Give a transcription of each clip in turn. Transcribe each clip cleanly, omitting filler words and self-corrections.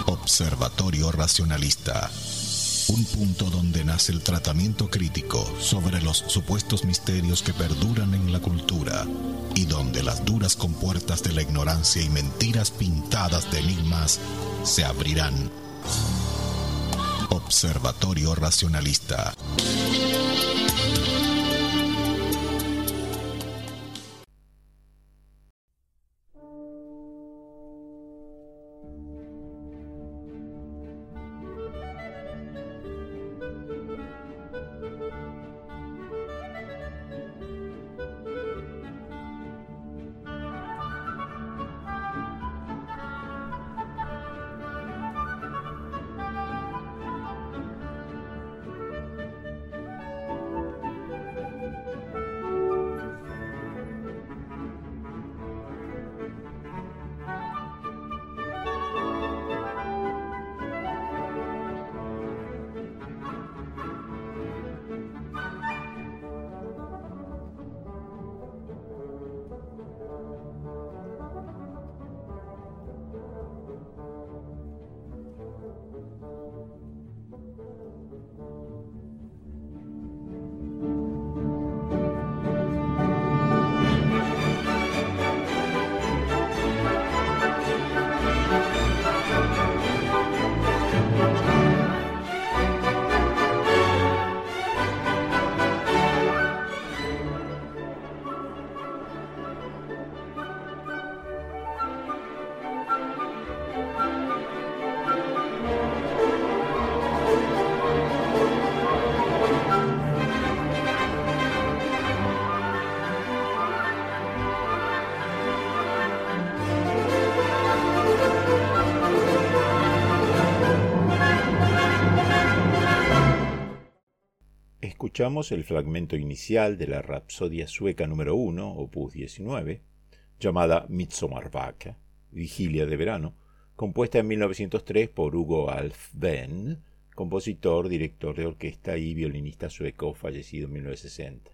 Observatorio Racionalista. Un punto donde nace el tratamiento crítico sobre los supuestos misterios que perduran en la cultura y donde las duras compuertas de la ignorancia y mentiras pintadas de enigmas se abrirán. Observatorio Racionalista. Escuchamos el fragmento inicial de la Rapsodia sueca número 1, opus 19, llamada Midsommarvaka, Vigilia de Verano, compuesta en 1903 por Hugo Alfvén, compositor, director de orquesta y violinista sueco fallecido en 1960.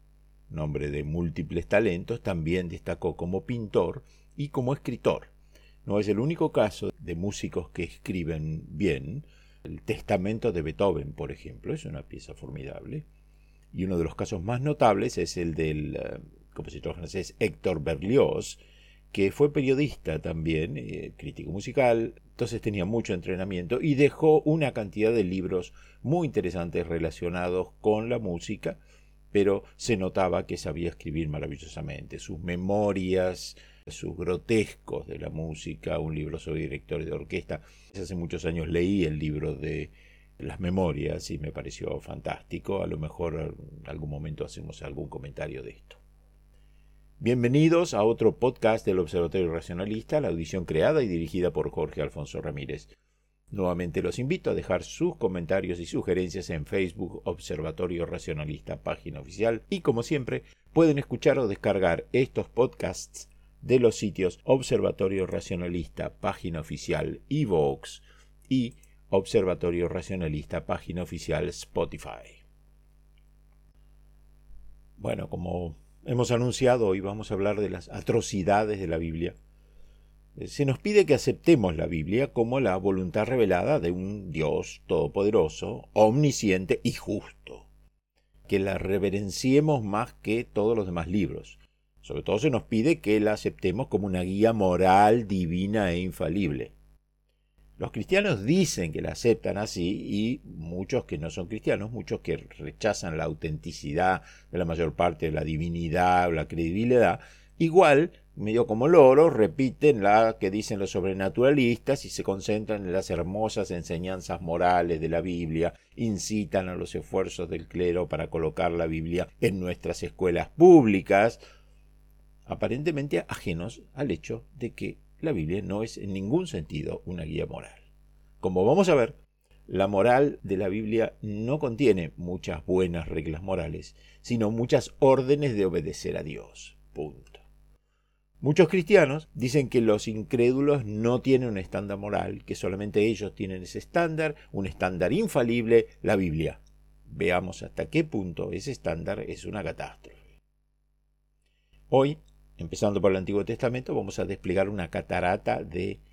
Hombre de múltiples talentos, también destacó como pintor y como escritor. No es el único caso de músicos que escriben bien. El Testamento de Beethoven, por ejemplo, es una pieza formidable. Y uno de los casos más notables es el del compositor francés Héctor Berlioz, que fue periodista también, crítico musical, entonces tenía mucho entrenamiento y dejó una cantidad de libros muy interesantes relacionados con la música, pero se notaba que sabía escribir maravillosamente. Sus memorias, sus grotescos de la música, un libro sobre directores de orquesta. Hace muchos años leí el libro de las memorias y me pareció fantástico. A lo mejor en algún momento hacemos algún comentario de esto. Bienvenidos a otro podcast del Observatorio Racionalista, la audición creada y dirigida por Jorge Alfonso Ramírez. Nuevamente los invito a dejar sus comentarios y sugerencias en Facebook Observatorio Racionalista, página oficial. Y como siempre, pueden escuchar o descargar estos podcasts de los sitios Observatorio Racionalista, página oficial iVoox y Observatorio Racionalista, página oficial Spotify. Bueno, como hemos anunciado, hoy vamos a hablar de las atrocidades de la Biblia. Se nos pide que aceptemos la Biblia como la voluntad revelada de un Dios todopoderoso, omnisciente y justo. Que la reverenciemos más que todos los demás libros. Sobre todo se nos pide que la aceptemos como una guía moral, divina e infalible. Los cristianos dicen que la aceptan así y muchos que no son cristianos, muchos que rechazan la autenticidad de la mayor parte de la divinidad o la credibilidad, igual, medio como loros, repiten la que dicen los sobrenaturalistas y se concentran en las hermosas enseñanzas morales de la Biblia, incitan a los esfuerzos del clero para colocar la Biblia en nuestras escuelas públicas, aparentemente ajenos al hecho de que la Biblia no es en ningún sentido una guía moral. Como vamos a ver, la moral de la Biblia no contiene muchas buenas reglas morales, sino muchas órdenes de obedecer a Dios. Punto. Muchos cristianos dicen que los incrédulos no tienen un estándar moral, que solamente ellos tienen ese estándar, un estándar infalible, la Biblia. Veamos hasta qué punto ese estándar es una catástrofe. Hoy, empezando por el Antiguo Testamento, vamos a desplegar una catarata de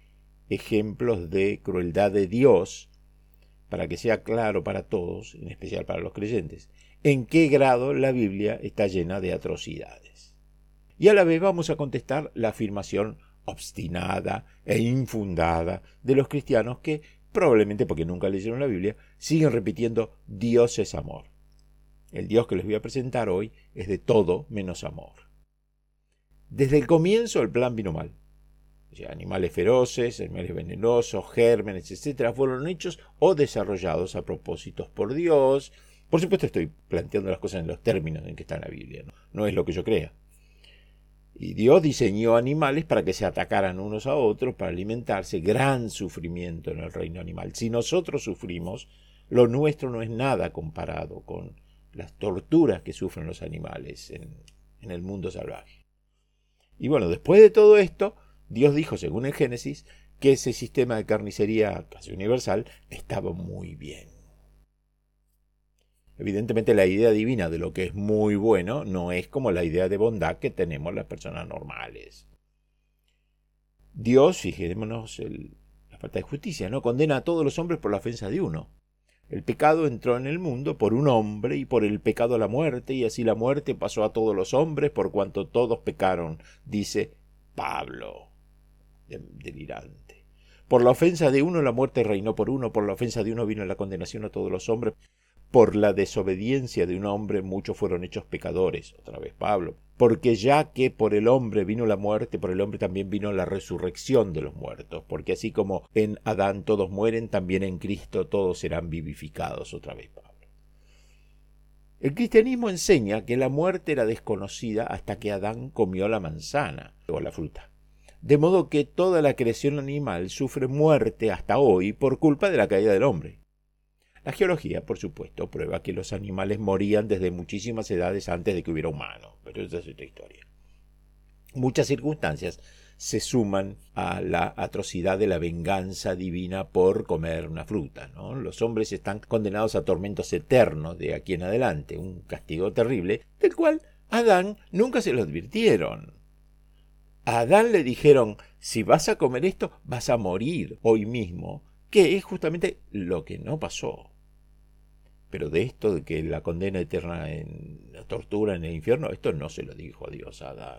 ejemplos de crueldad de Dios, para que sea claro para todos, en especial para los creyentes, en qué grado la Biblia está llena de atrocidades. Y a la vez vamos a contestar la afirmación obstinada e infundada de los cristianos que, probablemente porque nunca leyeron la Biblia, siguen repitiendo Dios es amor. El Dios que les voy a presentar hoy es de todo menos amor. Desde el comienzo el plan vino mal. O sea, animales feroces, animales venenosos, gérmenes, etc. fueron hechos o desarrollados a propósitos por Dios. Por supuesto estoy planteando las cosas en los términos en que está en la Biblia, no es lo que yo crea. Y Dios diseñó animales para que se atacaran unos a otros, para alimentarse. Gran sufrimiento en el reino animal. Si nosotros sufrimos, lo nuestro no es nada comparado con las torturas que sufren los animales en el mundo salvaje. Y bueno, después de todo esto, Dios dijo, según el Génesis, que ese sistema de carnicería casi universal estaba muy bien. Evidentemente la idea divina de lo que es muy bueno no es como la idea de bondad que tenemos las personas normales. Dios, fijémonos la falta de justicia, ¿no? Condena a todos los hombres por la ofensa de uno. El pecado entró en el mundo por un hombre y por el pecado la muerte, y así la muerte pasó a todos los hombres por cuanto todos pecaron, dice Pablo, delirante. Por la ofensa de uno la muerte reinó por uno, por la ofensa de uno vino la condenación a todos los hombres. Por la desobediencia de un hombre muchos fueron hechos pecadores, otra vez Pablo, porque ya que por el hombre vino la muerte, por el hombre también vino la resurrección de los muertos, porque así como en Adán todos mueren, también en Cristo todos serán vivificados, otra vez Pablo. El cristianismo enseña que la muerte era desconocida hasta que Adán comió la manzana o la fruta. De modo que toda la creación animal sufre muerte hasta hoy por culpa de la caída del hombre. La geología, por supuesto, prueba que los animales morían desde muchísimas edades antes de que hubiera humanos, pero esa es otra historia. Muchas circunstancias se suman a la atrocidad de la venganza divina por comer una fruta, ¿no? Los hombres están condenados a tormentos eternos de aquí en adelante, un castigo terrible, del cual a Adán nunca se lo advirtieron. A Adán le dijeron, si vas a comer esto, vas a morir hoy mismo, que es justamente lo que no pasó. Pero de esto, de que la condena eterna en la tortura en el infierno, esto no se lo dijo Dios a Adán.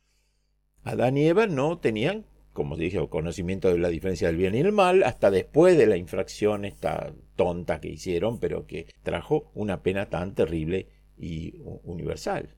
Adán y Eva no tenían, como se dice, conocimiento de la diferencia del bien y el mal, hasta después de la infracción esta tonta que hicieron, pero que trajo una pena tan terrible y universal.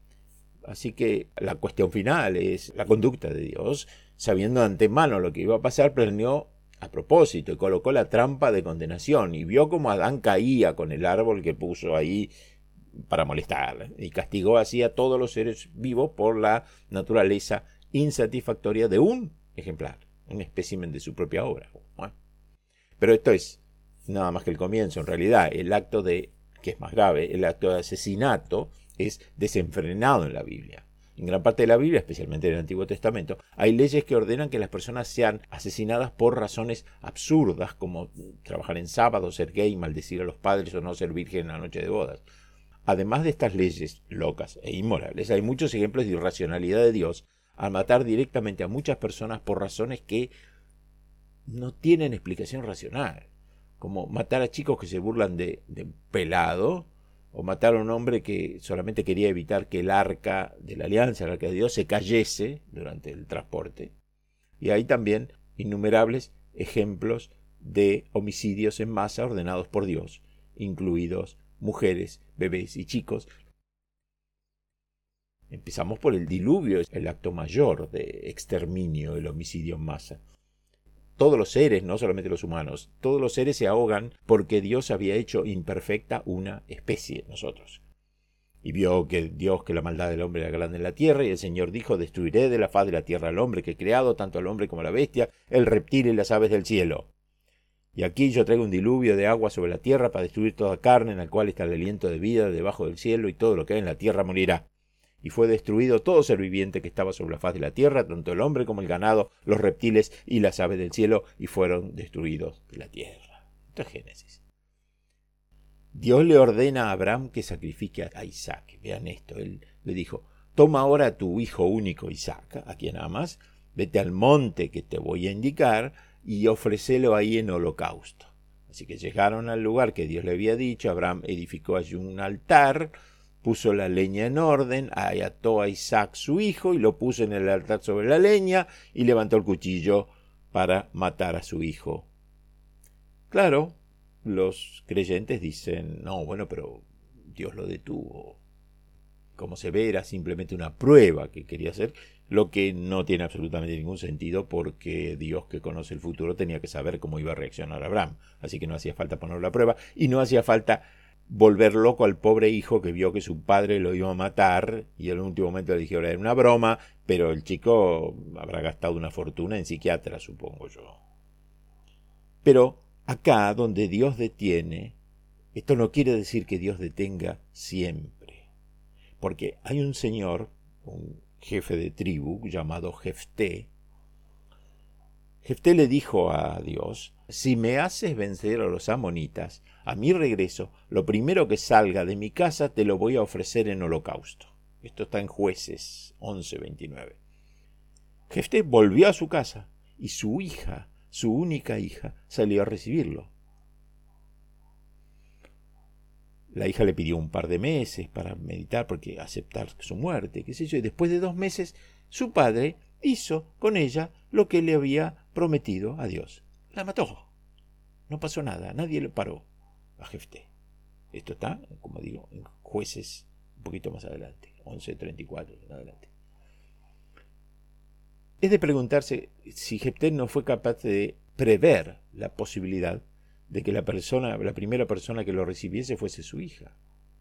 Así que la cuestión final es la conducta de Dios. Sabiendo de antemano lo que iba a pasar, planeó a propósito y colocó la trampa de condenación y vio cómo Adán caía con el árbol que puso ahí para molestar y castigó así a todos los seres vivos por la naturaleza insatisfactoria de un ejemplar, un espécimen de su propia obra. Bueno, pero esto es nada más que el comienzo. En realidad el acto que es más grave, el acto de asesinato es desenfrenado en la Biblia. En gran parte de la Biblia, especialmente en el Antiguo Testamento, hay leyes que ordenan que las personas sean asesinadas por razones absurdas, como trabajar en sábado, ser gay, maldecir a los padres o no ser virgen en la noche de bodas. Además de estas leyes locas e inmorales, hay muchos ejemplos de irracionalidad de Dios al matar directamente a muchas personas por razones que no tienen explicación racional, como matar a chicos que se burlan de pelado, o matar a un hombre que solamente quería evitar que el arca de la alianza, el arca de Dios, se cayese durante el transporte. Y hay también innumerables ejemplos de homicidios en masa ordenados por Dios, incluidos mujeres, bebés y chicos. Empezamos por el diluvio, el acto mayor de exterminio, el homicidio en masa. Todos los seres, no solamente los humanos, todos los seres se ahogan porque Dios había hecho imperfecta una especie, nosotros. Y vio que Dios que la maldad del hombre era grande en la tierra, y el Señor dijo, destruiré de la faz de la tierra al hombre que he creado, tanto al hombre como a la bestia, el reptil y las aves del cielo. Y aquí yo traigo un diluvio de agua sobre la tierra para destruir toda carne, en la cual está el aliento de vida debajo del cielo, y todo lo que hay en la tierra morirá. Y fue destruido todo ser viviente que estaba sobre la faz de la tierra, tanto el hombre como el ganado, los reptiles y las aves del cielo, y fueron destruidos de la tierra. Esto es Génesis. Dios le ordena a Abraham que sacrifique a Isaac. Vean esto, él le dijo, toma ahora a tu hijo único Isaac, a quien amas, vete al monte que te voy a indicar, y ofrecelo ahí en holocausto. Así que llegaron al lugar que Dios le había dicho, Abraham edificó allí un altar, puso la leña en orden, ahí ató a Isaac su hijo y lo puso en el altar sobre la leña y levantó el cuchillo para matar a su hijo. Claro, los creyentes dicen, no, bueno, pero Dios lo detuvo. Como se ve, era simplemente una prueba que quería hacer, lo que no tiene absolutamente ningún sentido porque Dios, que conoce el futuro, tenía que saber cómo iba a reaccionar Abraham. Así que no hacía falta ponerlo a prueba y no hacía falta volver loco al pobre hijo que vio que su padre lo iba a matar y en el último momento le dijeron era una broma, pero el chico habrá gastado una fortuna en psiquiatra, supongo yo. Pero acá donde Dios detiene, esto no quiere decir que Dios detenga siempre, porque hay un señor, un jefe de tribu llamado Jefté. Jefté le dijo a Dios, si me haces vencer a los amonitas, a mi regreso, lo primero que salga de mi casa te lo voy a ofrecer en holocausto. Esto está en Jueces 11:29. Jefté volvió a su casa y su hija, su única hija, salió a recibirlo. La hija le pidió un par de meses para meditar, porque aceptar su muerte, qué sé yo, y después de 2 meses su padre hizo con ella lo que le había prometido a Dios. La mató. No pasó nada, nadie le paró a Jefté. Esto está, como digo, en Jueces un poquito más adelante, 11:34 en adelante. Es de preguntarse si Jefté no fue capaz de prever la posibilidad de que la primera persona que lo recibiese fuese su hija.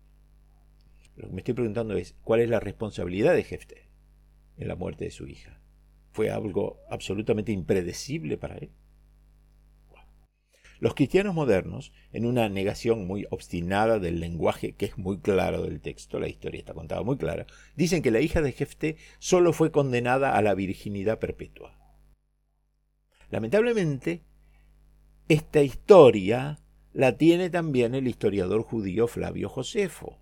Lo que me estoy preguntando es, ¿cuál es la responsabilidad de Jefté en la muerte de su hija? ¿Fue algo absolutamente impredecible para él? Bueno. Los cristianos modernos, en una negación muy obstinada del lenguaje que es muy claro del texto, la historia está contada muy clara, dicen que la hija de Jefté solo fue condenada a la virginidad perpetua. Lamentablemente, esta historia la tiene también el historiador judío Flavio Josefo.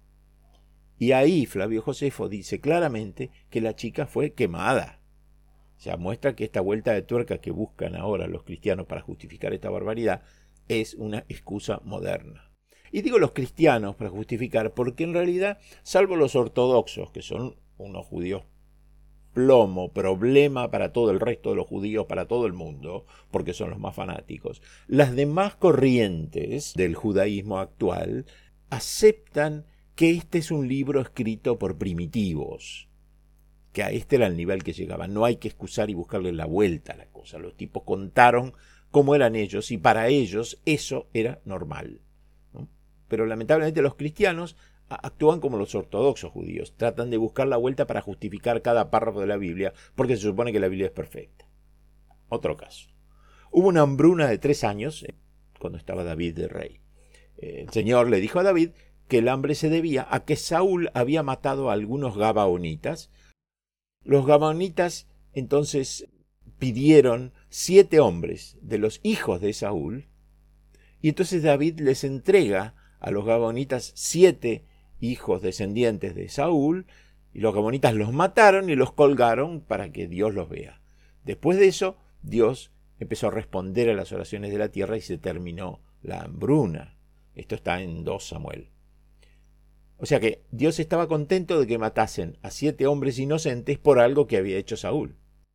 Y ahí Flavio Josefo dice claramente que la chica fue quemada. O sea, muestra que esta vuelta de tuerca que buscan ahora los cristianos para justificar esta barbaridad es una excusa moderna. Y digo los cristianos para justificar porque en realidad, salvo los ortodoxos, que son unos judíos plomo, problema para todo el resto de los judíos, para todo el mundo, porque son los más fanáticos, las demás corrientes del judaísmo actual aceptan que este es un libro escrito por primitivos, que a este era el nivel que llegaban. No hay que excusar y buscarle la vuelta a la cosa. Los tipos contaron cómo eran ellos y para ellos eso era normal, ¿no? Pero lamentablemente los cristianos actúan como los ortodoxos judíos, tratan de buscar la vuelta para justificar cada párrafo de la Biblia, porque se supone que la Biblia es perfecta. Otro caso. Hubo una hambruna de 3 años, cuando estaba David de rey. El Señor le dijo a David que el hambre se debía a que Saúl había matado a algunos gabaonitas. Los gabaonitas entonces pidieron 7 hombres de los hijos de Saúl, y entonces David les entrega a los gabaonitas 7 hijos descendientes de Saúl, y los gabaonitas los mataron y los colgaron para que Dios los vea. Después de eso, Dios empezó a responder a las oraciones de la tierra y se terminó la hambruna. Esto está en 2 Samuel. O sea que Dios estaba contento de que matasen a 7 hombres inocentes por algo que había hecho Saúl.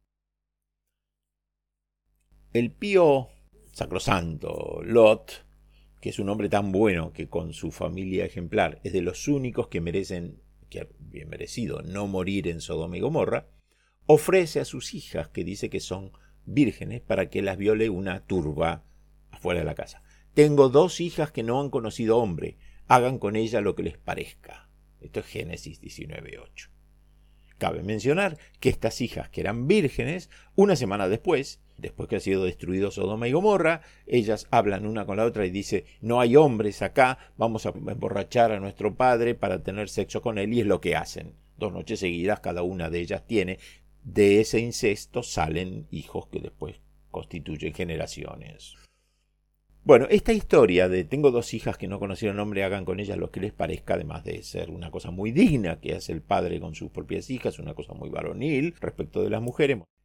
El pío sacrosanto Lot, que es un hombre tan bueno que con su familia ejemplar es de los únicos que merecen, que bien merecido, no morir en Sodoma y Gomorra, ofrece a sus hijas, que dice que son vírgenes, para que las viole una turba afuera de la casa. Tengo 2 hijas que no han conocido hombre, hagan con ella lo que les parezca. Esto es Génesis 19:8. Cabe mencionar que estas hijas, que eran vírgenes, una semana después que ha sido destruido Sodoma y Gomorra, ellas hablan una con la otra y dicen, no hay hombres acá, vamos a emborrachar a nuestro padre para tener sexo con él, y es lo que hacen. 2 noches seguidas cada una de ellas tiene. De ese incesto salen hijos que después constituyen generaciones. Bueno, esta historia de tengo 2 hijas que no conocieron hombre, hagan con ellas lo que les parezca, además de ser una cosa muy digna que hace el padre con sus propias hijas, una cosa muy varonil respecto de las mujeres.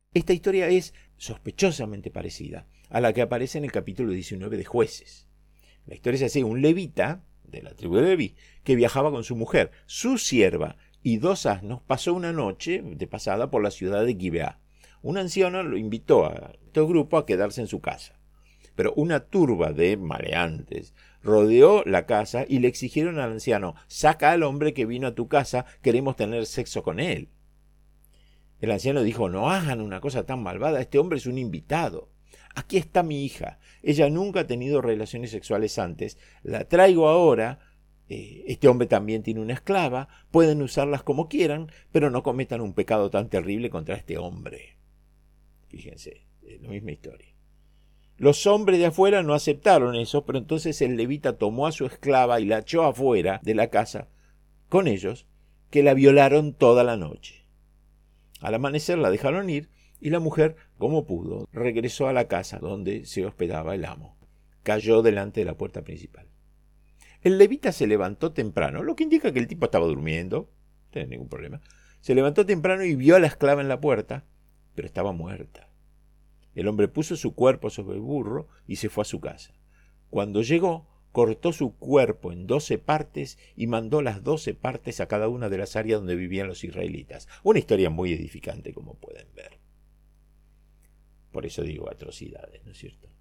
Esta historia es sospechosamente parecida a la que aparece en el capítulo 19 de Jueces. La historia es así: un levita de la tribu de Leví que viajaba con su mujer, su sierva y 2 asnos, pasó una noche de pasada por la ciudad de Gibeá. Un anciano lo invitó a este grupo a quedarse en su casa, pero una turba de maleantes rodeó la casa y le exigieron al anciano: saca al hombre que vino a tu casa, queremos tener sexo con él. El anciano dijo: no hagan una cosa tan malvada, este hombre es un invitado. Aquí está mi hija, ella nunca ha tenido relaciones sexuales antes, la traigo ahora, este hombre también tiene una esclava, pueden usarlas como quieran, pero no cometan un pecado tan terrible contra este hombre. Fíjense, es la misma historia. Los hombres de afuera no aceptaron eso, pero entonces el levita tomó a su esclava y la echó afuera de la casa con ellos, que la violaron toda la noche. Al amanecer la dejaron ir y la mujer, como pudo, regresó a la casa donde se hospedaba el amo. Cayó delante de la puerta principal. El levita se levantó temprano, lo que indica que el tipo estaba durmiendo, no tenía ningún problema. Se levantó temprano y vio a la esclava en la puerta, pero estaba muerta. El hombre puso su cuerpo sobre el burro y se fue a su casa. Cuando llegó, cortó su cuerpo en 12 partes y mandó las 12 partes a cada una de las áreas donde vivían los israelitas. Una historia muy edificante, como pueden ver. Por eso digo atrocidades, ¿no es cierto?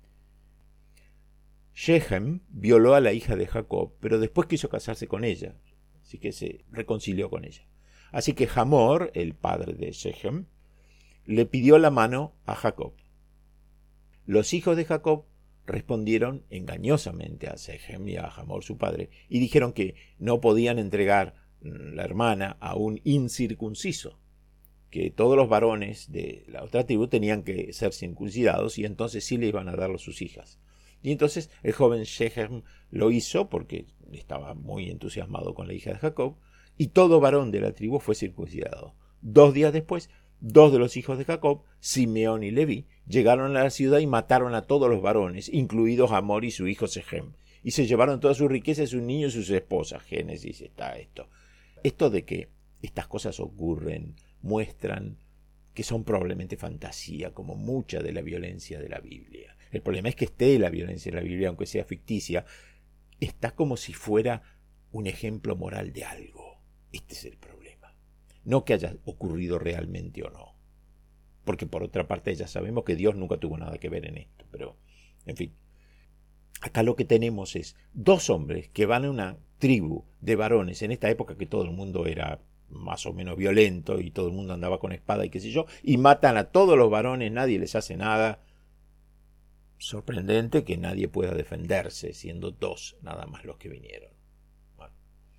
Shechem violó a la hija de Jacob, pero después quiso casarse con ella, así que se reconcilió con ella. Así que Hamor, el padre de Shechem, le pidió la mano a Jacob. Los hijos de Jacob respondieron engañosamente a Shechem y a Hamor su padre y dijeron que no podían entregar la hermana a un incircunciso, que todos los varones de la otra tribu tenían que ser circuncidados y entonces sí le iban a dar a sus hijas. Y entonces el joven Shechem lo hizo porque estaba muy entusiasmado con la hija de Jacob, y todo varón de la tribu fue circuncidado. 2 días después, 2 de los hijos de Jacob, Simeón y Leví, llegaron a la ciudad y mataron a todos los varones, incluidos Hamor y su hijo Shechem, y se llevaron toda su riqueza, sus niños y sus esposas. Génesis está esto. Esto de que estas cosas ocurren muestran que son probablemente fantasía, como mucha de la violencia de la Biblia. El problema es que esté la violencia en la Biblia, aunque sea ficticia, está como si fuera un ejemplo moral de algo. Este es el problema. No que haya ocurrido realmente o no. Porque por otra parte ya sabemos que Dios nunca tuvo nada que ver en esto. Pero, en fin. Acá lo que tenemos es 2 hombres que van a una tribu de varones en esta época que todo el mundo era más o menos violento y todo el mundo andaba con espada y qué sé yo, y matan a todos los varones, nadie les hace nada. Sorprendente que nadie pueda defenderse, siendo 2 nada más los que vinieron. Bueno.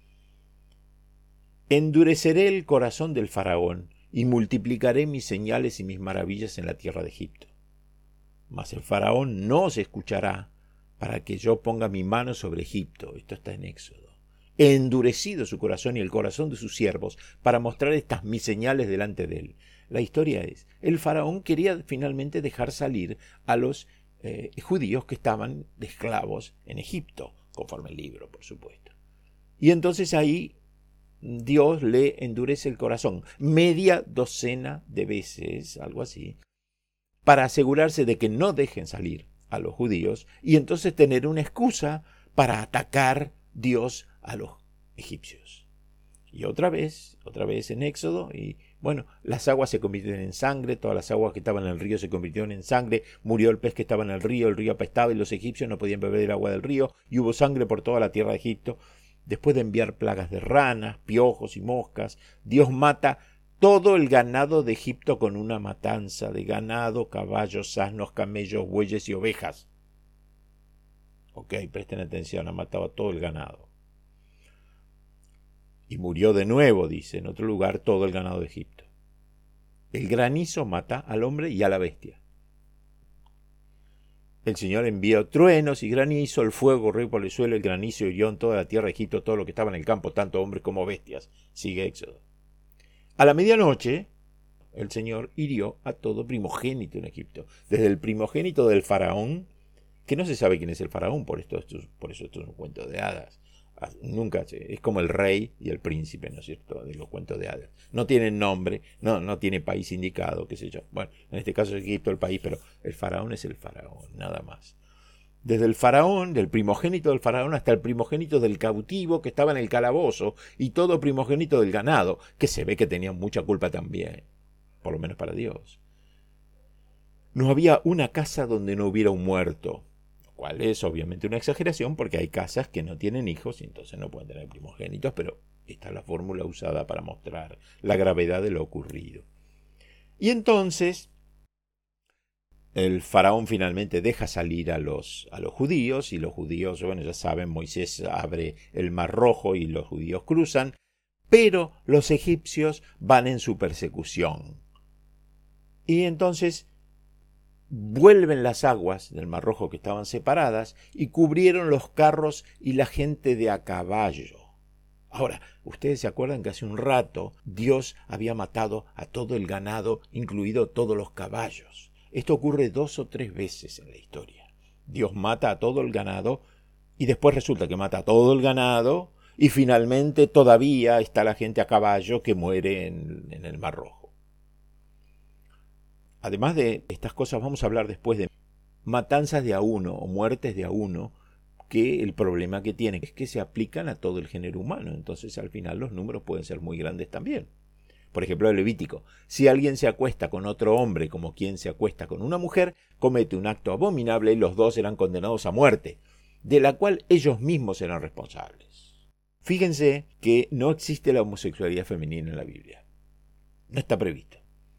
Endureceré el corazón del faraón y multiplicaré mis señales y mis maravillas en la tierra de Egipto. Mas el faraón no os escuchará para que yo ponga mi mano sobre Egipto. Esto está en Éxodo. He endurecido su corazón y el corazón de sus siervos para mostrar estas mis señales delante de él. La historia es, el faraón quería finalmente dejar salir a los judíos que estaban de esclavos en Egipto, conforme el libro, por supuesto. Y entonces ahí Dios le endurece el corazón, media docena de veces, algo así, para asegurarse de que no dejen salir a los judíos y entonces tener una excusa para atacar Dios a los egipcios. Y otra vez en Éxodo, y bueno, las aguas se convirtieron en sangre, todas las aguas que estaban en el río se convirtieron en sangre, murió el pez que estaba en el río apestaba y los egipcios no podían beber el agua del río, y hubo sangre por toda la tierra de Egipto. Después de enviar plagas de ranas, piojos y moscas, Dios mata todo el ganado de Egipto con una matanza de ganado, caballos, asnos, camellos, bueyes y ovejas. Ok, presten atención, ha matado a todo el ganado. Y murió de nuevo, dice, en otro lugar, todo el ganado de Egipto. El granizo mata al hombre y a la bestia. El Señor envió truenos y granizo, el fuego corrió por el suelo, el granizo hirió en toda la tierra de Egipto todo lo que estaba en el campo, tanto hombres como bestias. Sigue Éxodo. A la medianoche, el Señor hirió a todo primogénito en Egipto, desde el primogénito del faraón, que no se sabe quién es el faraón, por eso esto es un cuento de hadas, Nunca, es como el rey y el príncipe, ¿no es cierto?, de los cuentos de hadas. No tienen nombre, no tiene país indicado, qué sé yo. Bueno, en este caso es Egipto el país, pero el faraón es el faraón, nada más. Desde el faraón, del primogénito del faraón, hasta el primogénito del cautivo que estaba en el calabozo, y todo primogénito del ganado, que se ve que tenían mucha culpa también, por lo menos para Dios. No había una casa donde no hubiera un muerto, lo cual es obviamente una exageración porque hay casas que no tienen hijos y entonces no pueden tener primogénitos, pero esta es la fórmula usada para mostrar la gravedad de lo ocurrido. Y entonces el faraón finalmente deja salir a los judíos, y los judíos, bueno, ya saben, Moisés abre el Mar Rojo y los judíos cruzan, pero los egipcios van en su persecución. Y entonces vuelven las aguas del Mar Rojo que estaban separadas y cubrieron los carros y la gente de a caballo. Ahora, ustedes se acuerdan que hace un rato Dios había matado a todo el ganado, incluido todos los caballos. Esto ocurre 2 o 3 veces en la historia. Dios mata a todo el ganado y después resulta que mata a todo el ganado y finalmente todavía está la gente a caballo que muere en el Mar Rojo. Además de estas cosas, vamos a hablar después de matanzas de a uno o muertes de a uno, que el problema que tienen es que se aplican a todo el género humano. Entonces al final los números pueden ser muy grandes también. Por ejemplo, el Levítico. Si alguien se acuesta con otro hombre como quien se acuesta con una mujer, comete un acto abominable y los dos serán condenados a muerte, de la cual ellos mismos serán responsables. Fíjense que no existe la homosexualidad femenina en la Biblia. No está previsto.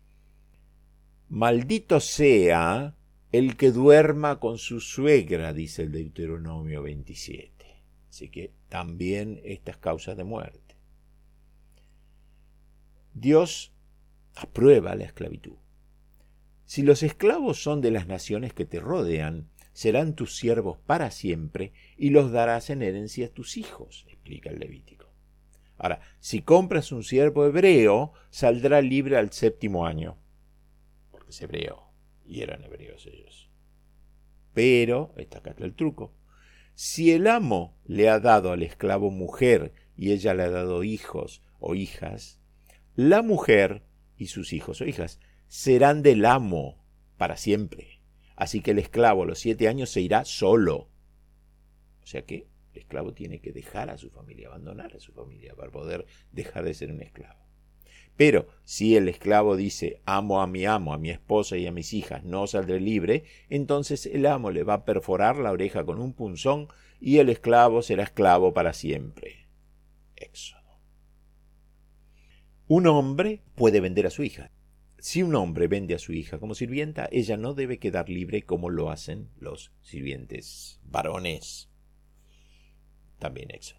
Maldito sea el que duerma con su suegra, dice el Deuteronomio 27. Así que también estas causas de muerte. Dios aprueba la esclavitud. Si los esclavos son de las naciones que te rodean, serán tus siervos para siempre y los darás en herencia a tus hijos, explica el Levítico. Ahora, si compras un siervo hebreo, saldrá libre al 7º año, porque es hebreo, y eran hebreos ellos. Pero, está acá el truco, si el amo le ha dado al esclavo mujer y ella le ha dado hijos o hijas, la mujer y sus hijos o hijas serán del amo para siempre. Así que el esclavo a los 7 años se irá solo. O sea que el esclavo tiene que dejar a su familia, abandonar a su familia para poder dejar de ser un esclavo. Pero si el esclavo dice, amo, a mi esposa y a mis hijas, no saldré libre, entonces el amo le va a perforar la oreja con un punzón y el esclavo será esclavo para siempre. Éxodo. Un hombre puede vender a su hija. Si un hombre vende a su hija como sirvienta, ella no debe quedar libre como lo hacen los sirvientes varones. También Éxodo.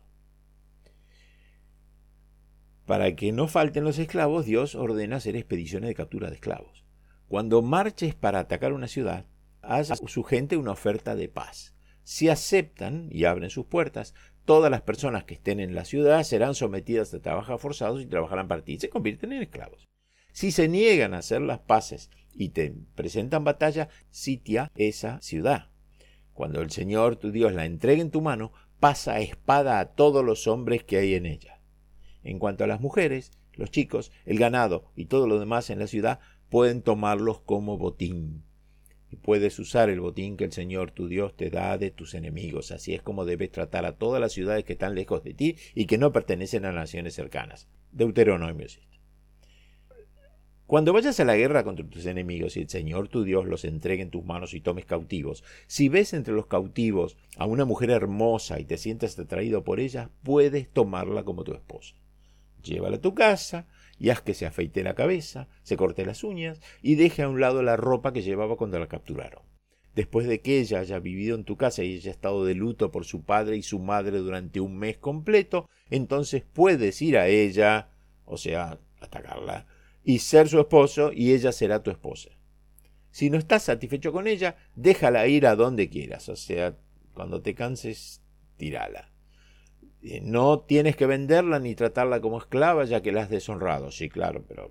Para que no falten los esclavos, Dios ordena hacer expediciones de captura de esclavos. Cuando marches para atacar una ciudad, haz a su gente una oferta de paz. Si aceptan y abren sus puertas, todas las personas que estén en la ciudad serán sometidas a trabajos forzados y trabajarán para ti. Se convierten en esclavos. Si se niegan a hacer las paces y te presentan batalla, sitia esa ciudad. Cuando el Señor tu Dios la entregue en tu mano, pasa espada a todos los hombres que hay en ella. En cuanto a las mujeres, los chicos, el ganado y todo lo demás en la ciudad, pueden tomarlos como botín. Y puedes usar el botín que el Señor tu Dios te da de tus enemigos. Así es como debes tratar a todas las ciudades que están lejos de ti y que no pertenecen a naciones cercanas. Deuteronomio 7. Cuando vayas a la guerra contra tus enemigos y el Señor tu Dios los entregue en tus manos y tomes cautivos, si ves entre los cautivos a una mujer hermosa y te sientas atraído por ella, puedes tomarla como tu esposa. Llévala a tu casa y haz que se afeite la cabeza, se corte las uñas y deje a un lado la ropa que llevaba cuando la capturaron. Después de que ella haya vivido en tu casa y haya estado de luto por su padre y su madre durante un mes completo, entonces puedes ir a ella, o sea, atacarla, y ser su esposo y ella será tu esposa. Si no estás satisfecho con ella, déjala ir a donde quieras, o sea, cuando te canses, tírala. No tienes que venderla ni tratarla como esclava ya que la has deshonrado. Sí, claro, pero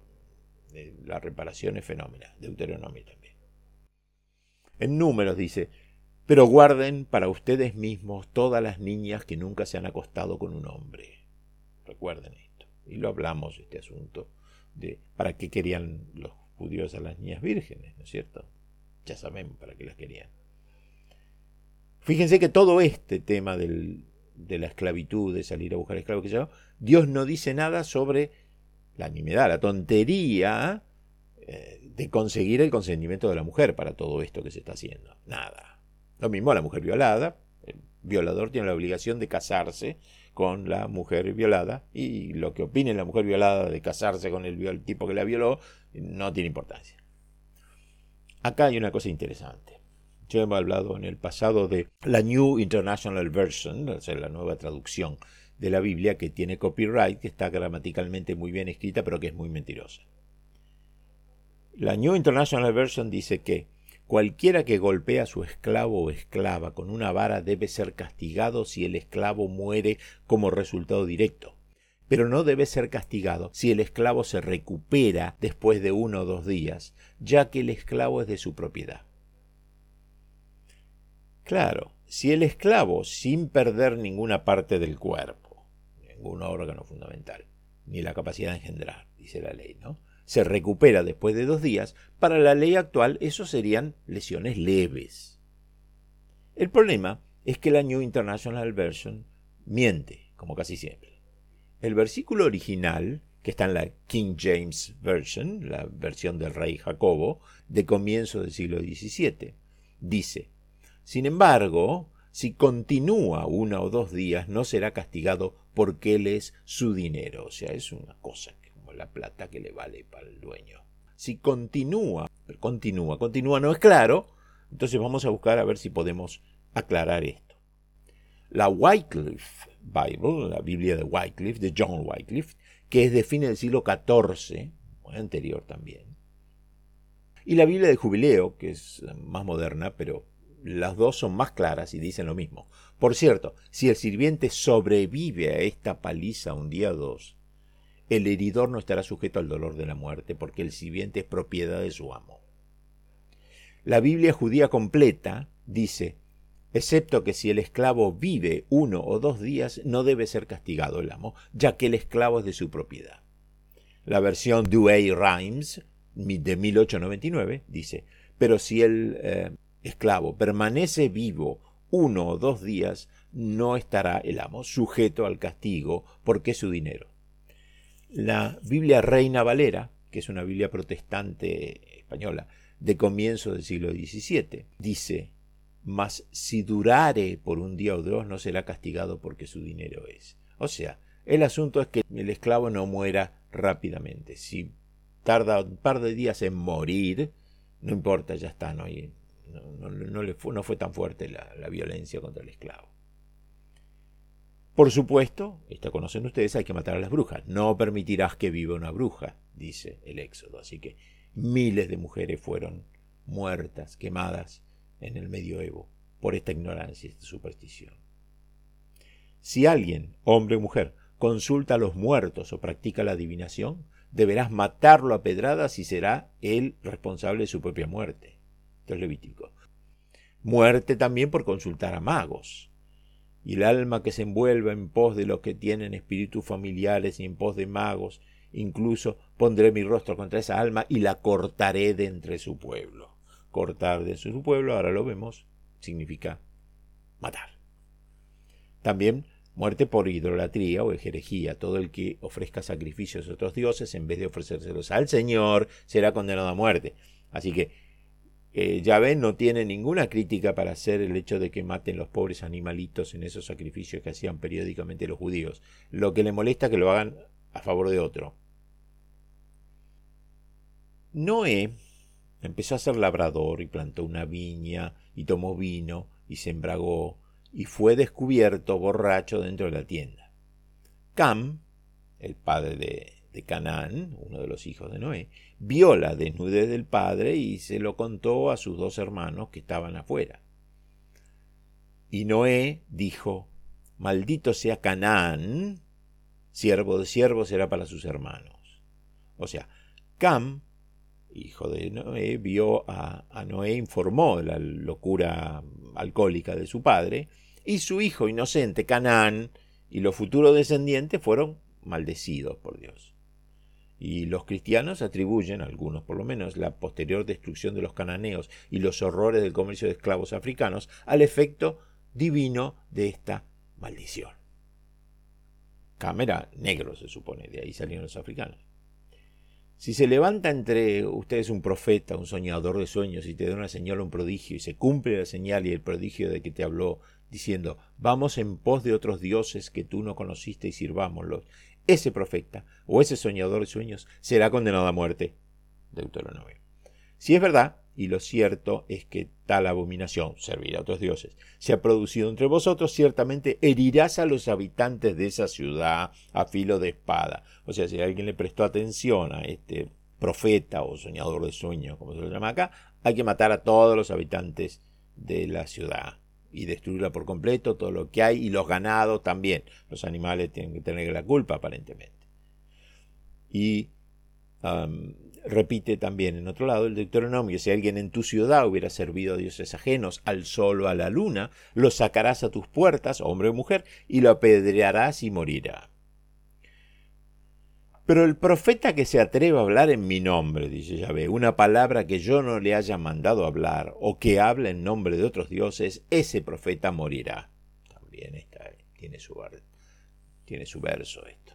la reparación es fenómena. Deuteronomio también. En Números dice, Pero guarden para ustedes mismos todas las niñas que nunca se han acostado con un hombre. Recuerden esto. Y lo hablamos, este asunto, de para qué querían los judíos a las niñas vírgenes, ¿no es cierto? Ya sabemos para qué las querían. Fíjense que todo este tema de la esclavitud, de salir a buscar esclavos, Dios no dice nada sobre la nimiedad, la tontería de conseguir el consentimiento de la mujer para todo esto que se está haciendo. Nada. Lo mismo a la mujer violada. El violador tiene la obligación de casarse con la mujer violada, y lo que opine la mujer violada de casarse con el tipo que la violó no tiene importancia. Acá hay una cosa interesante. Yo hemos hablado en el pasado de la New International Version, o sea, la nueva traducción de la Biblia, que tiene copyright, que está gramaticalmente muy bien escrita, pero que es muy mentirosa. La New International Version dice que cualquiera que golpea a su esclavo o esclava con una vara debe ser castigado si el esclavo muere como resultado directo, pero no debe ser castigado si el esclavo se recupera después de 1 o 2 días, ya que el esclavo es de su propiedad. Claro, si el esclavo, sin perder ninguna parte del cuerpo, ningún órgano fundamental, ni la capacidad de engendrar, dice la ley, ¿no?, se recupera después de 2 días, para la ley actual eso serían lesiones leves. El problema es que la New International Version miente, como casi siempre. El versículo original, que está en la King James Version, la versión del rey Jacobo, de comienzo del siglo XVII, dice: sin embargo, si continúa 1 o 2 días, no será castigado porque él es su dinero. O sea, es una cosa como la plata que le vale para el dueño. Si continúa no es claro, entonces vamos a buscar a ver si podemos aclarar esto. La Wycliffe Bible, la Biblia de Wycliffe, de John Wycliffe, que es de fines del siglo XIV, muy anterior también, y la Biblia de Jubileo, que es más moderna, pero las dos son más claras y dicen lo mismo. Por cierto, si el sirviente sobrevive a esta paliza 1 día o 2, el heridor no estará sujeto al dolor de la muerte, porque el sirviente es propiedad de su amo. La Biblia judía completa dice: excepto que si el esclavo vive 1 o 2 días, no debe ser castigado el amo, ya que el esclavo es de su propiedad. La versión Douay-Rheims de 1899 dice: pero si el esclavo permanece vivo 1 o 2 días, no estará el amo sujeto al castigo, porque es su dinero. La Biblia Reina Valera, que es una Biblia protestante española de comienzo del siglo XVII, dice: mas si durare por 1 día o 2, no será castigado porque su dinero es. O sea, el asunto es que el esclavo no muera rápidamente. Si tarda un par de días en morir, no importa, ya está, no fue tan fuerte la violencia contra el esclavo. Por supuesto, esto conocen ustedes, hay que matar a las brujas. No permitirás que viva una bruja, dice el Éxodo. Así que miles de mujeres fueron muertas, quemadas en el medioevo por esta ignorancia y esta superstición. Si alguien, hombre o mujer, consulta a los muertos o practica la adivinación, deberás matarlo a pedradas y será él responsable de su propia muerte. Esto es Levítico. Muerte también por consultar a magos. Y el alma que se envuelva en pos de los que tienen espíritus familiares y en pos de magos, incluso pondré mi rostro contra esa alma y la cortaré de entre su pueblo. Cortar de su pueblo, ahora lo vemos, significa matar. También muerte por idolatría o herejía. Todo el que ofrezca sacrificios a otros dioses en vez de ofrecérselos al Señor será condenado a muerte. Así que Yahvé no tiene ninguna crítica para hacer el hecho de que maten los pobres animalitos en esos sacrificios que hacían periódicamente los judíos. Lo que le molesta es que lo hagan a favor de otro. Noé empezó a ser labrador y plantó una viña y tomó vino y se embragó y fue descubierto borracho dentro de la tienda. Cam, el padre de Canaán, uno de los hijos de Noé, vio la desnudez del padre y se lo contó a sus 2 hermanos que estaban afuera. Y Noé dijo: maldito sea Canaán, siervo de siervos será para sus hermanos. O sea, Cam, hijo de Noé, vio a Noé, informó de la locura alcohólica de su padre, y su hijo inocente, Canaán, y los futuros descendientes fueron maldecidos por Dios. Y los cristianos atribuyen, algunos por lo menos, la posterior destrucción de los cananeos y los horrores del comercio de esclavos africanos al efecto divino de esta maldición. Cam era negro, se supone, de ahí salieron los africanos. Si se levanta entre ustedes un profeta, un soñador de sueños, y te da una señal o un prodigio, y se cumple la señal y el prodigio de que te habló, diciendo, vamos en pos de otros dioses que tú no conociste y sirvámoslos, ese profeta o ese soñador de sueños será condenado a muerte. Deuteronomio. Si es verdad, y lo cierto es que tal abominación, servir a otros dioses, se ha producido entre vosotros, ciertamente herirás a los habitantes de esa ciudad a filo de espada. O sea, si alguien le prestó atención a este profeta o soñador de sueños, como se lo llama acá, hay que matar a todos los habitantes de la ciudad y destruirla por completo, todo lo que hay, y los ganados también. Los animales tienen que tener la culpa, aparentemente. Y repite también en otro lado el Deuteronomio, si alguien en tu ciudad hubiera servido a dioses ajenos, al sol o a la luna, lo sacarás a tus puertas, hombre o mujer, y lo apedrearás y morirá. Pero el profeta que se atreva a hablar en mi nombre, dice Yahvé, una palabra que yo no le haya mandado hablar, o que habla en nombre de otros dioses, ese profeta morirá. También tiene su verso esto.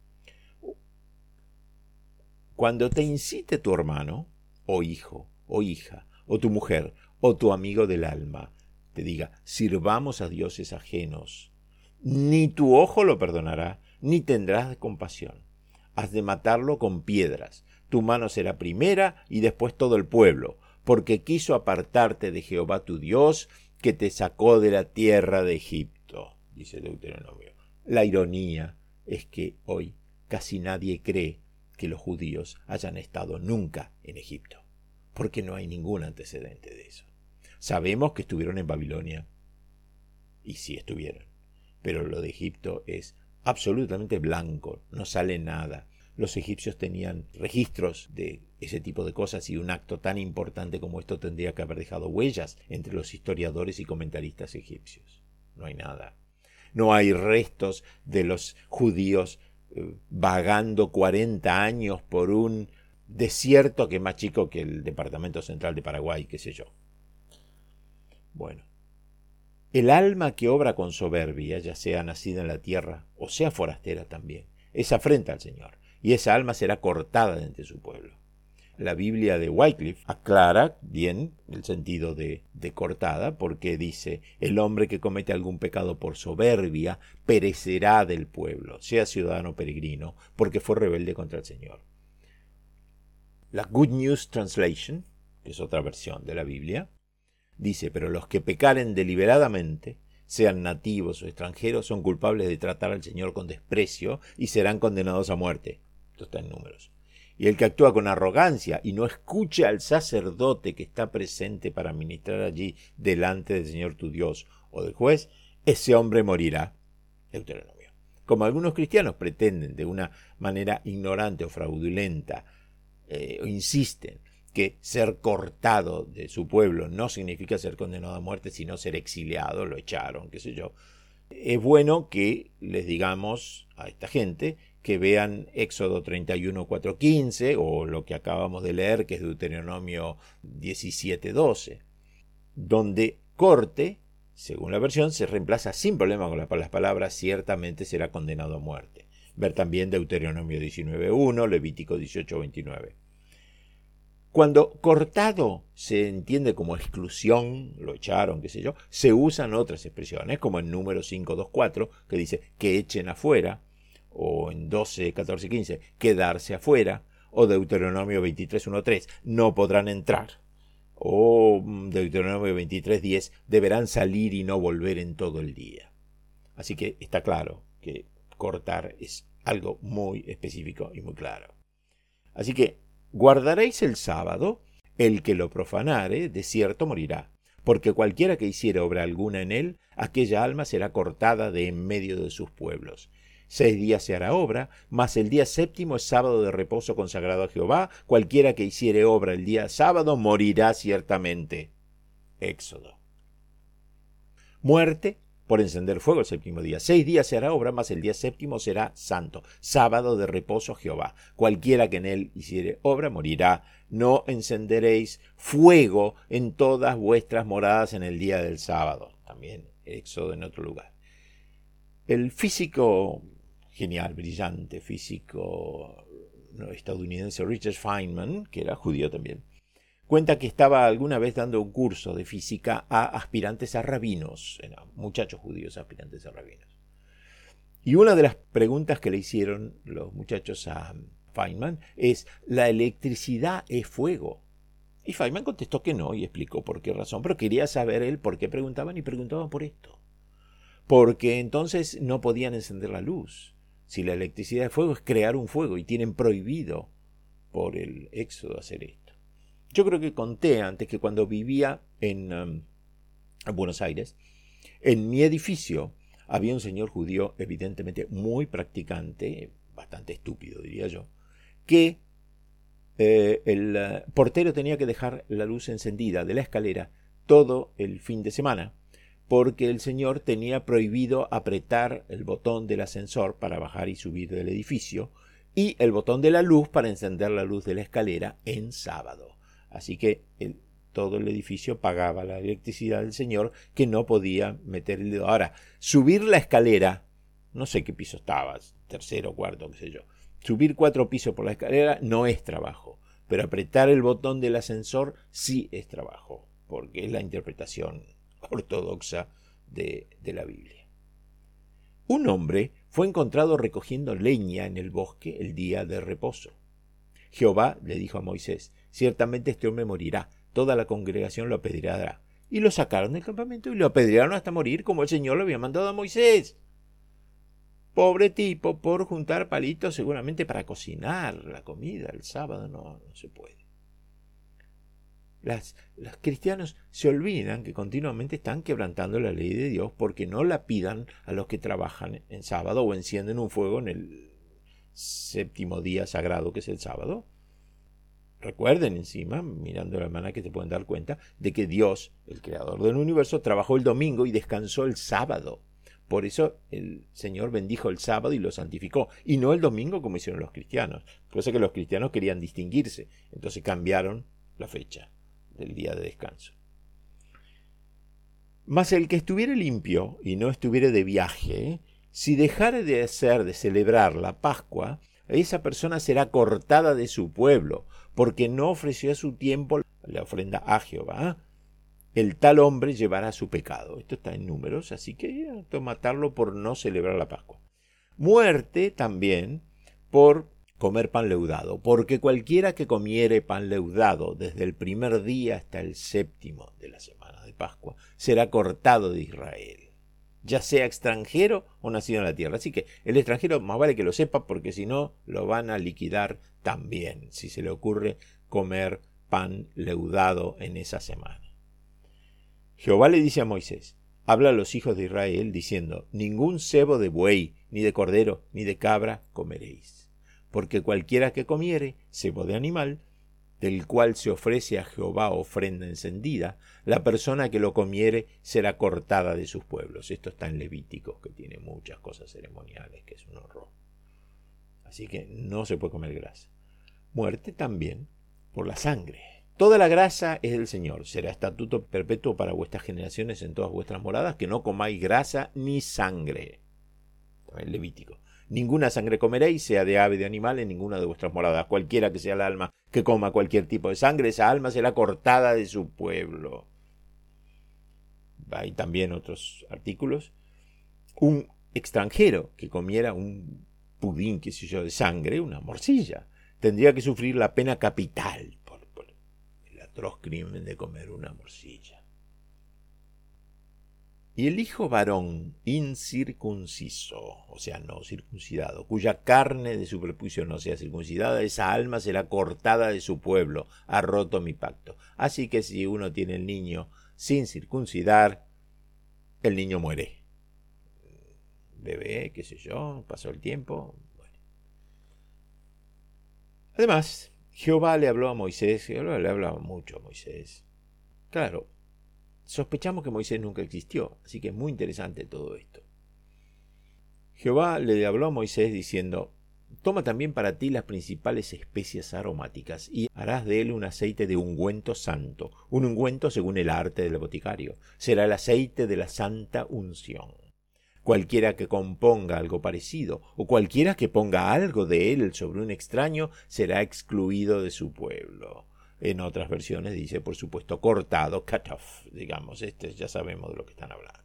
Cuando te incite tu hermano, o hijo, o hija, o tu mujer, o tu amigo del alma, te diga, sirvamos a dioses ajenos, ni tu ojo lo perdonará, ni tendrás compasión. Has de matarlo con piedras. Tu mano será primera y después todo el pueblo, porque quiso apartarte de Jehová tu Dios, que te sacó de la tierra de Egipto, dice Deuteronomio. La ironía es que hoy casi nadie cree que los judíos hayan estado nunca en Egipto, porque no hay ningún antecedente de eso. Sabemos que estuvieron en Babilonia, y sí estuvieron, pero lo de Egipto es absolutamente blanco, no sale nada. Los egipcios tenían registros de ese tipo de cosas y un acto tan importante como esto tendría que haber dejado huellas entre los historiadores y comentaristas egipcios. No hay nada. No hay restos de los judíos vagando 40 años por un desierto que es más chico que el departamento central de Paraguay, qué sé yo. Bueno. El alma que obra con soberbia, ya sea nacida en la tierra o sea forastera también, es afrenta al Señor, y esa alma será cortada de entre su pueblo. La Biblia de Wycliffe aclara bien el sentido de cortada, porque dice, el hombre que comete algún pecado por soberbia perecerá del pueblo, sea ciudadano o peregrino, porque fue rebelde contra el Señor. La Good News Translation, que es otra versión de la Biblia, dice, pero los que pecaren deliberadamente, sean nativos o extranjeros, son culpables de tratar al Señor con desprecio y serán condenados a muerte. Esto está en Números. Y el que actúa con arrogancia y no escucha al sacerdote que está presente para ministrar allí delante del Señor tu Dios o del juez, ese hombre morirá. Deuteronomio. Como algunos cristianos pretenden de una manera ignorante o fraudulenta, o insisten que ser cortado de su pueblo no significa ser condenado a muerte, sino ser exiliado, lo echaron, qué sé yo. Es bueno que les digamos a esta gente que vean Éxodo 31, 4, 15 o lo que acabamos de leer, que es Deuteronomio 17, 12, donde corte, según la versión, se reemplaza sin problema con las palabras ciertamente será condenado a muerte. Ver también Deuteronomio 19, 1, Levítico 18, 29. Cuando cortado se entiende como exclusión, lo echaron, qué sé yo, se usan otras expresiones, como en Números 5, 2, 4, que dice que echen afuera, o en 12, 14, 15, quedarse afuera, o Deuteronomio 23, 1, 3, no podrán entrar, o Deuteronomio 23, 10, deberán salir y no volver en todo el día. Así que está claro que cortar es algo muy específico y muy claro. Así que guardaréis el sábado, el que lo profanare, de cierto morirá, porque cualquiera que hiciere obra alguna en él, aquella alma será cortada de en medio de sus pueblos. 6 días se hará obra, mas el día séptimo es sábado de reposo consagrado a Jehová. Cualquiera que hiciere obra el día sábado morirá ciertamente. Éxodo. Muerte por encender fuego el séptimo día. 6 días se hará obra, mas el día séptimo será santo, sábado de reposo a Jehová. Cualquiera que en él hiciere obra morirá. No encenderéis fuego en todas vuestras moradas en el día del sábado. También Éxodo en otro lugar. El físico genial, brillante, físico estadounidense Richard Feynman, que era judío también, cuenta que estaba alguna vez dando un curso de física a aspirantes a rabinos, muchachos judíos aspirantes a rabinos. Y una de las preguntas que le hicieron los muchachos a Feynman es: ¿la electricidad es fuego? Y Feynman contestó que no y explicó por qué razón, pero quería saber él por qué preguntaban, y preguntaban por esto. Porque entonces no podían encender la luz. Si la electricidad es fuego, es crear un fuego, y tienen prohibido por el Éxodo hacer esto. Yo creo que conté antes que cuando vivía en Buenos Aires, en mi edificio había un señor judío evidentemente muy practicante, bastante estúpido diría yo, que el portero tenía que dejar la luz encendida de la escalera todo el fin de semana, porque el señor tenía prohibido apretar el botón del ascensor para bajar y subir del edificio y el botón de la luz para encender la luz de la escalera en sábado. Así que todo el edificio pagaba la electricidad del señor, que no podía meter el dedo. Ahora, subir la escalera, no sé qué piso estaba, tercero, cuarto, qué sé yo. Subir 4 pisos por la escalera no es trabajo, pero apretar el botón del ascensor sí es trabajo, porque es la interpretación ortodoxa de la Biblia. Un hombre fue encontrado recogiendo leña en el bosque el día de reposo. Jehová le dijo a Moisés: ciertamente este hombre morirá, toda la congregación lo apedreará. Y lo sacaron del campamento y lo apedrearon hasta morir, como el Señor lo había mandado a Moisés. Pobre tipo, por juntar palitos seguramente para cocinar la comida el sábado, no se puede. Los cristianos se olvidan que continuamente están quebrantando la ley de Dios porque no la pidan a los que trabajan en sábado o encienden un fuego en el séptimo día sagrado que es el sábado. Recuerden encima, mirando la hermana, que se pueden dar cuenta de que Dios, el creador del universo, trabajó el domingo y descansó el sábado. Por eso el Señor bendijo el sábado y lo santificó, y no el domingo como hicieron los cristianos. Por eso que los cristianos querían distinguirse, entonces cambiaron la fecha del día de descanso. Mas el que estuviere limpio y no estuviere de viaje, si dejare de celebrar la Pascua, esa persona será cortada de su pueblo, porque no ofreció a su tiempo la ofrenda a Jehová. El tal hombre llevará su pecado. Esto está en Números, así que hay que matarlo por no celebrar la Pascua. Muerte también por comer pan leudado, porque cualquiera que comiere pan leudado desde el primer día hasta el séptimo de la semana de Pascua será cortado de Israel, ya sea extranjero o nacido en la tierra. Así que el extranjero más vale que lo sepa, porque si no lo van a liquidar también, si se le ocurre comer pan leudado en esa semana. Jehová le dice a Moisés: habla a los hijos de Israel diciendo: ningún sebo de buey, ni de cordero, ni de cabra comeréis, porque cualquiera que comiere sebo de animal, del cual se ofrece a Jehová ofrenda encendida, la persona que lo comiere será cortada de sus pueblos. Esto está en Levíticos, que tiene muchas cosas ceremoniales, que es un horror. Así que no se puede comer grasa. Muerte también por la sangre. Toda la grasa es del Señor. Será estatuto perpetuo para vuestras generaciones en todas vuestras moradas, que no comáis grasa ni sangre. También Levítico. Ninguna sangre comeréis, sea de ave, de animal, en ninguna de vuestras moradas. Cualquiera que sea el alma que coma cualquier tipo de sangre, esa alma será cortada de su pueblo. Hay también otros artículos. Un extranjero que comiera un pudín, qué sé yo, de sangre, una morcilla, tendría que sufrir la pena capital por el atroz crimen de comer una morcilla. Y el hijo varón incircunciso, o sea, no circuncidado, cuya carne de su prepucio no sea circuncidada, esa alma será cortada de su pueblo, ha roto mi pacto. Así que si uno tiene el niño sin circuncidar, el niño muere. Bebé, qué sé yo, pasó el tiempo. Bueno. Además, Jehová le habló a Moisés, Jehová le hablaba mucho a Moisés. Claro, sospechamos que Moisés nunca existió, así que es muy interesante todo esto. Jehová le habló a Moisés diciendo: toma también para ti las principales especias aromáticas y harás de él un aceite de ungüento santo, un ungüento según el arte del boticario. Será el aceite de la santa unción. Cualquiera que componga algo parecido o cualquiera que ponga algo de él sobre un extraño será excluido de su pueblo. En otras versiones dice, por supuesto, cortado, cut off, digamos, ya sabemos de lo que están hablando.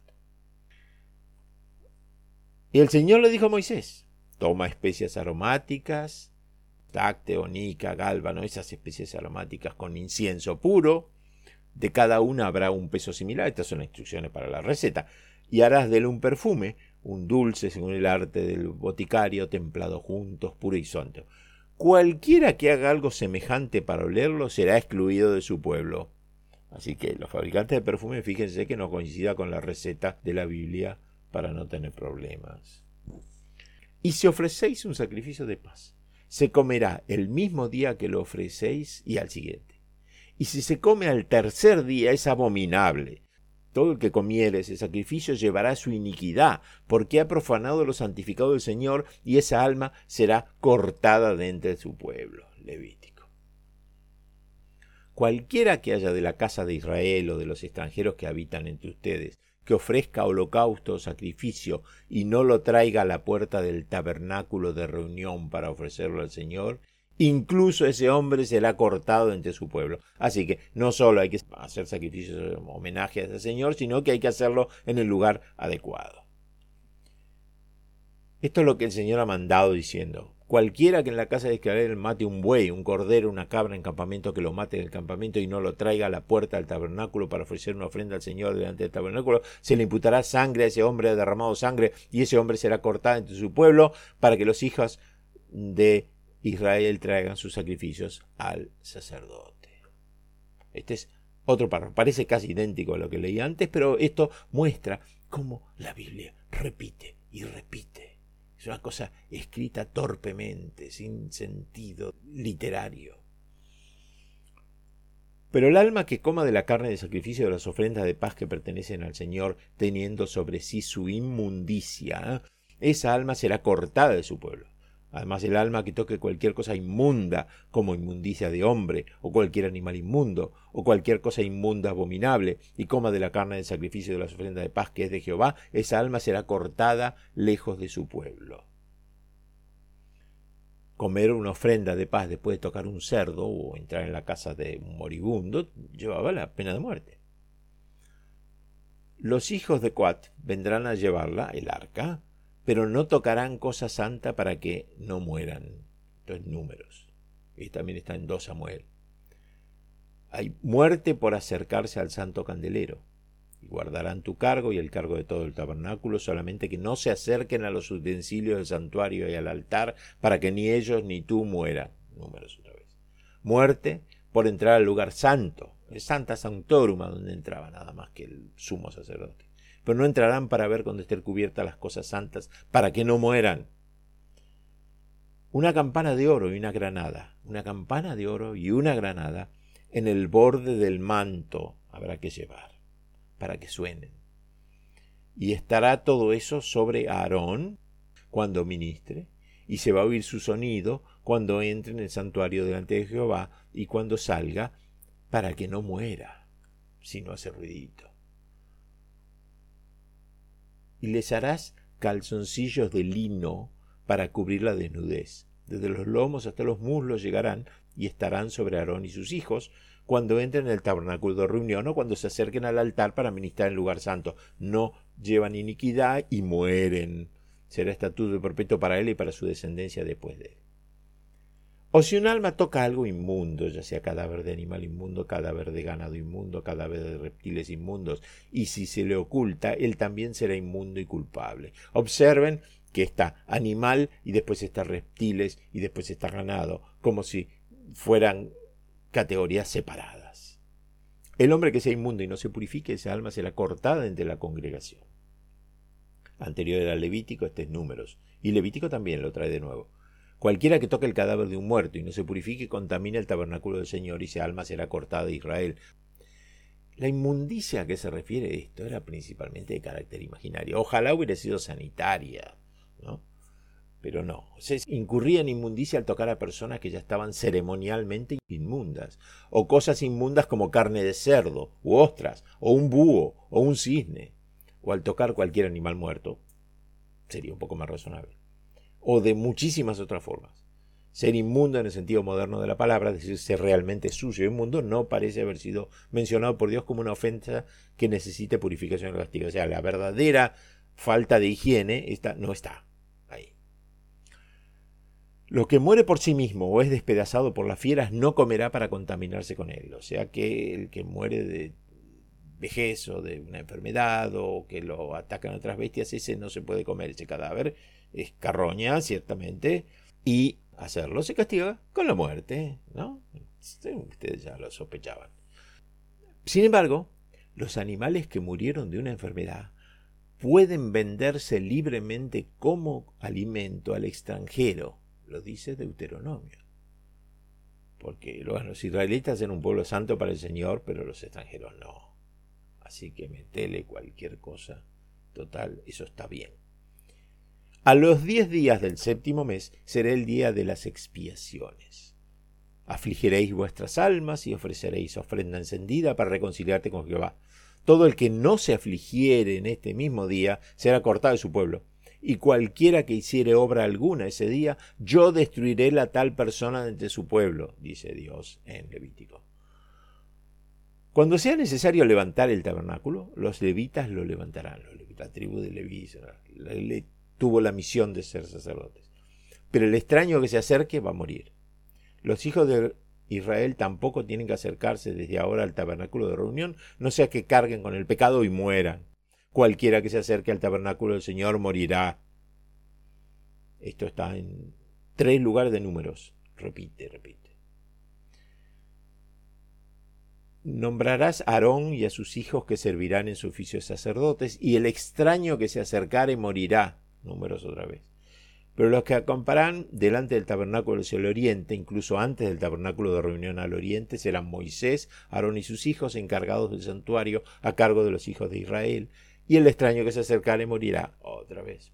Y el Señor le dijo a Moisés: toma especias aromáticas, tacte, onica, gálbano, esas especias aromáticas con incienso puro. De cada una habrá un peso similar. Estas son las instrucciones para la receta. Y harás de él un perfume, un dulce según el arte del boticario, templado juntos, puro y santo. Cualquiera que haga algo semejante para olerlo será excluido de su pueblo. Así que los fabricantes de perfume, fíjense que no coincida con la receta de la Biblia para no tener problemas. Y si ofrecéis un sacrificio de paz, se comerá el mismo día que lo ofrecéis y al siguiente. Y si se come al tercer día, es abominable. Todo el que comiere ese sacrificio llevará su iniquidad, porque ha profanado lo santificado del Señor, y esa alma será cortada de entre su pueblo. Levítico. Cualquiera que haya de la casa de Israel o de los extranjeros que habitan entre ustedes, que ofrezca holocausto o sacrificio y no lo traiga a la puerta del tabernáculo de reunión para ofrecerlo al Señor, incluso ese hombre será cortado entre su pueblo. Así que no solo hay que hacer sacrificios en homenaje a ese Señor, sino que hay que hacerlo en el lugar adecuado. Esto es lo que el Señor ha mandado diciendo: cualquiera que en la casa de Israel mate un buey, un cordero, una cabra en campamento, que lo mate en el campamento y no lo traiga a la puerta del tabernáculo para ofrecer una ofrenda al Señor delante del tabernáculo, se le imputará sangre a ese hombre, ha derramado sangre, y ese hombre será cortado entre su pueblo, para que los hijos de Israel traigan sus sacrificios al sacerdote. Este es otro párrafo. Parece casi idéntico a lo que leí antes, pero esto muestra cómo la Biblia repite y repite. Es una cosa escrita torpemente, sin sentido literario. Pero el alma que coma de la carne de sacrificio de las ofrendas de paz que pertenecen al Señor, teniendo sobre sí su inmundicia, esa alma será cortada de su pueblo. Además, el alma que toque cualquier cosa inmunda, como inmundicia de hombre, o cualquier animal inmundo, o cualquier cosa inmunda abominable, y coma de la carne del sacrificio de las ofrendas de paz que es de Jehová, esa alma será cortada lejos de su pueblo. Comer una ofrenda de paz después de tocar un cerdo o entrar en la casa de un moribundo llevaba la pena de muerte. Los hijos de Coat vendrán a llevarla, el arca, pero no tocarán cosa santa para que no mueran. Esto es Números. Y también está en 2 Samuel. Hay muerte por acercarse al santo candelero. Y guardarán tu cargo y el cargo de todo el tabernáculo, solamente que no se acerquen a los utensilios del santuario y al altar, para que ni ellos ni tú mueran. Números otra vez. Muerte por entrar al lugar santo, el Santa Sanctorum, a donde entraba nada más que el sumo sacerdote. Pero no entrarán para ver cuando estén cubiertas las cosas santas, para que no mueran. Una campana de oro y una granada, una campana de oro y una granada en el borde del manto habrá que llevar, para que suenen. Y estará todo eso sobre Aarón cuando ministre, y se va a oír su sonido cuando entre en el santuario delante de Jehová y cuando salga, para que no muera si no hace ruidito. Y les harás calzoncillos de lino para cubrir la desnudez. Desde los lomos hasta los muslos llegarán y estarán sobre Aarón y sus hijos cuando entren en el tabernáculo de reunión o cuando se acerquen al altar para ministrar en el lugar santo. No llevan iniquidad y mueren. Será estatuto perpetuo para él y para su descendencia después de él. O si un alma toca algo inmundo, ya sea cadáver de animal inmundo, cadáver de ganado inmundo, cadáver de reptiles inmundos, y si se le oculta, él también será inmundo y culpable. Observen que está animal y después está reptiles y después está ganado, como si fueran categorías separadas. El hombre que sea inmundo y no se purifique, esa alma será cortada entre la congregación. Anterior era Levítico, este es Números, y Levítico también lo trae de nuevo. Cualquiera que toque el cadáver de un muerto y no se purifique, contamina el tabernáculo del Señor y esa alma será cortada de Israel. La inmundicia a que se refiere esto era principalmente de carácter imaginario. Ojalá hubiera sido sanitaria, ¿no? Pero no. Se incurría en inmundicia al tocar a personas que ya estaban ceremonialmente inmundas, o cosas inmundas como carne de cerdo, u ostras, o un búho, o un cisne, o al tocar cualquier animal muerto. Sería un poco más razonable. O de muchísimas otras formas. Ser inmundo en el sentido moderno de la palabra, es decir, ser realmente sucio e inmundo, no parece haber sido mencionado por Dios como una ofensa que necesite purificación y castigo. O sea, la verdadera falta de higiene no está ahí. Lo que muere por sí mismo o es despedazado por las fieras no comerá para contaminarse con él. O sea que el que muere de vejez o de una enfermedad o que lo atacan otras bestias, ese no se puede comer, ese cadáver es carroña, ciertamente, y hacerlo se castiga con la muerte, ¿no? Ustedes ya lo sospechaban. Sin embargo, los animales que murieron de una enfermedad pueden venderse libremente como alimento al extranjero, lo dice Deuteronomio. Porque los israelitas eran un pueblo santo para el Señor, pero los extranjeros no. Así que metele cualquier cosa, total, eso está bien. A los 10 días del 7º mes será el día de las expiaciones. Afligiréis vuestras almas y ofreceréis ofrenda encendida para reconciliarte con Jehová. Todo el que no se afligiere en este mismo día será cortado de su pueblo. Y cualquiera que hiciere obra alguna ese día, yo destruiré la tal persona de entre su pueblo, dice Dios en Levítico. Cuando sea necesario levantar el tabernáculo, los levitas lo levantarán. La tribu de Leví tuvo la misión de ser sacerdotes. Pero el extraño que se acerque va a morir. Los hijos de Israel tampoco tienen que acercarse desde ahora al tabernáculo de reunión, no sea que carguen con el pecado y mueran. Cualquiera que se acerque al tabernáculo del Señor morirá. Esto está en 3 lugares de Números. Repite. Nombrarás a Aarón y a sus hijos que servirán en su oficio de sacerdotes, y el extraño que se acercare morirá. Números otra vez. Pero los que acamparán delante del tabernáculo hacia el oriente, incluso antes del tabernáculo de reunión al oriente, serán Moisés, Aarón y sus hijos, encargados del santuario a cargo de los hijos de Israel, y el extraño que se acercare morirá otra vez.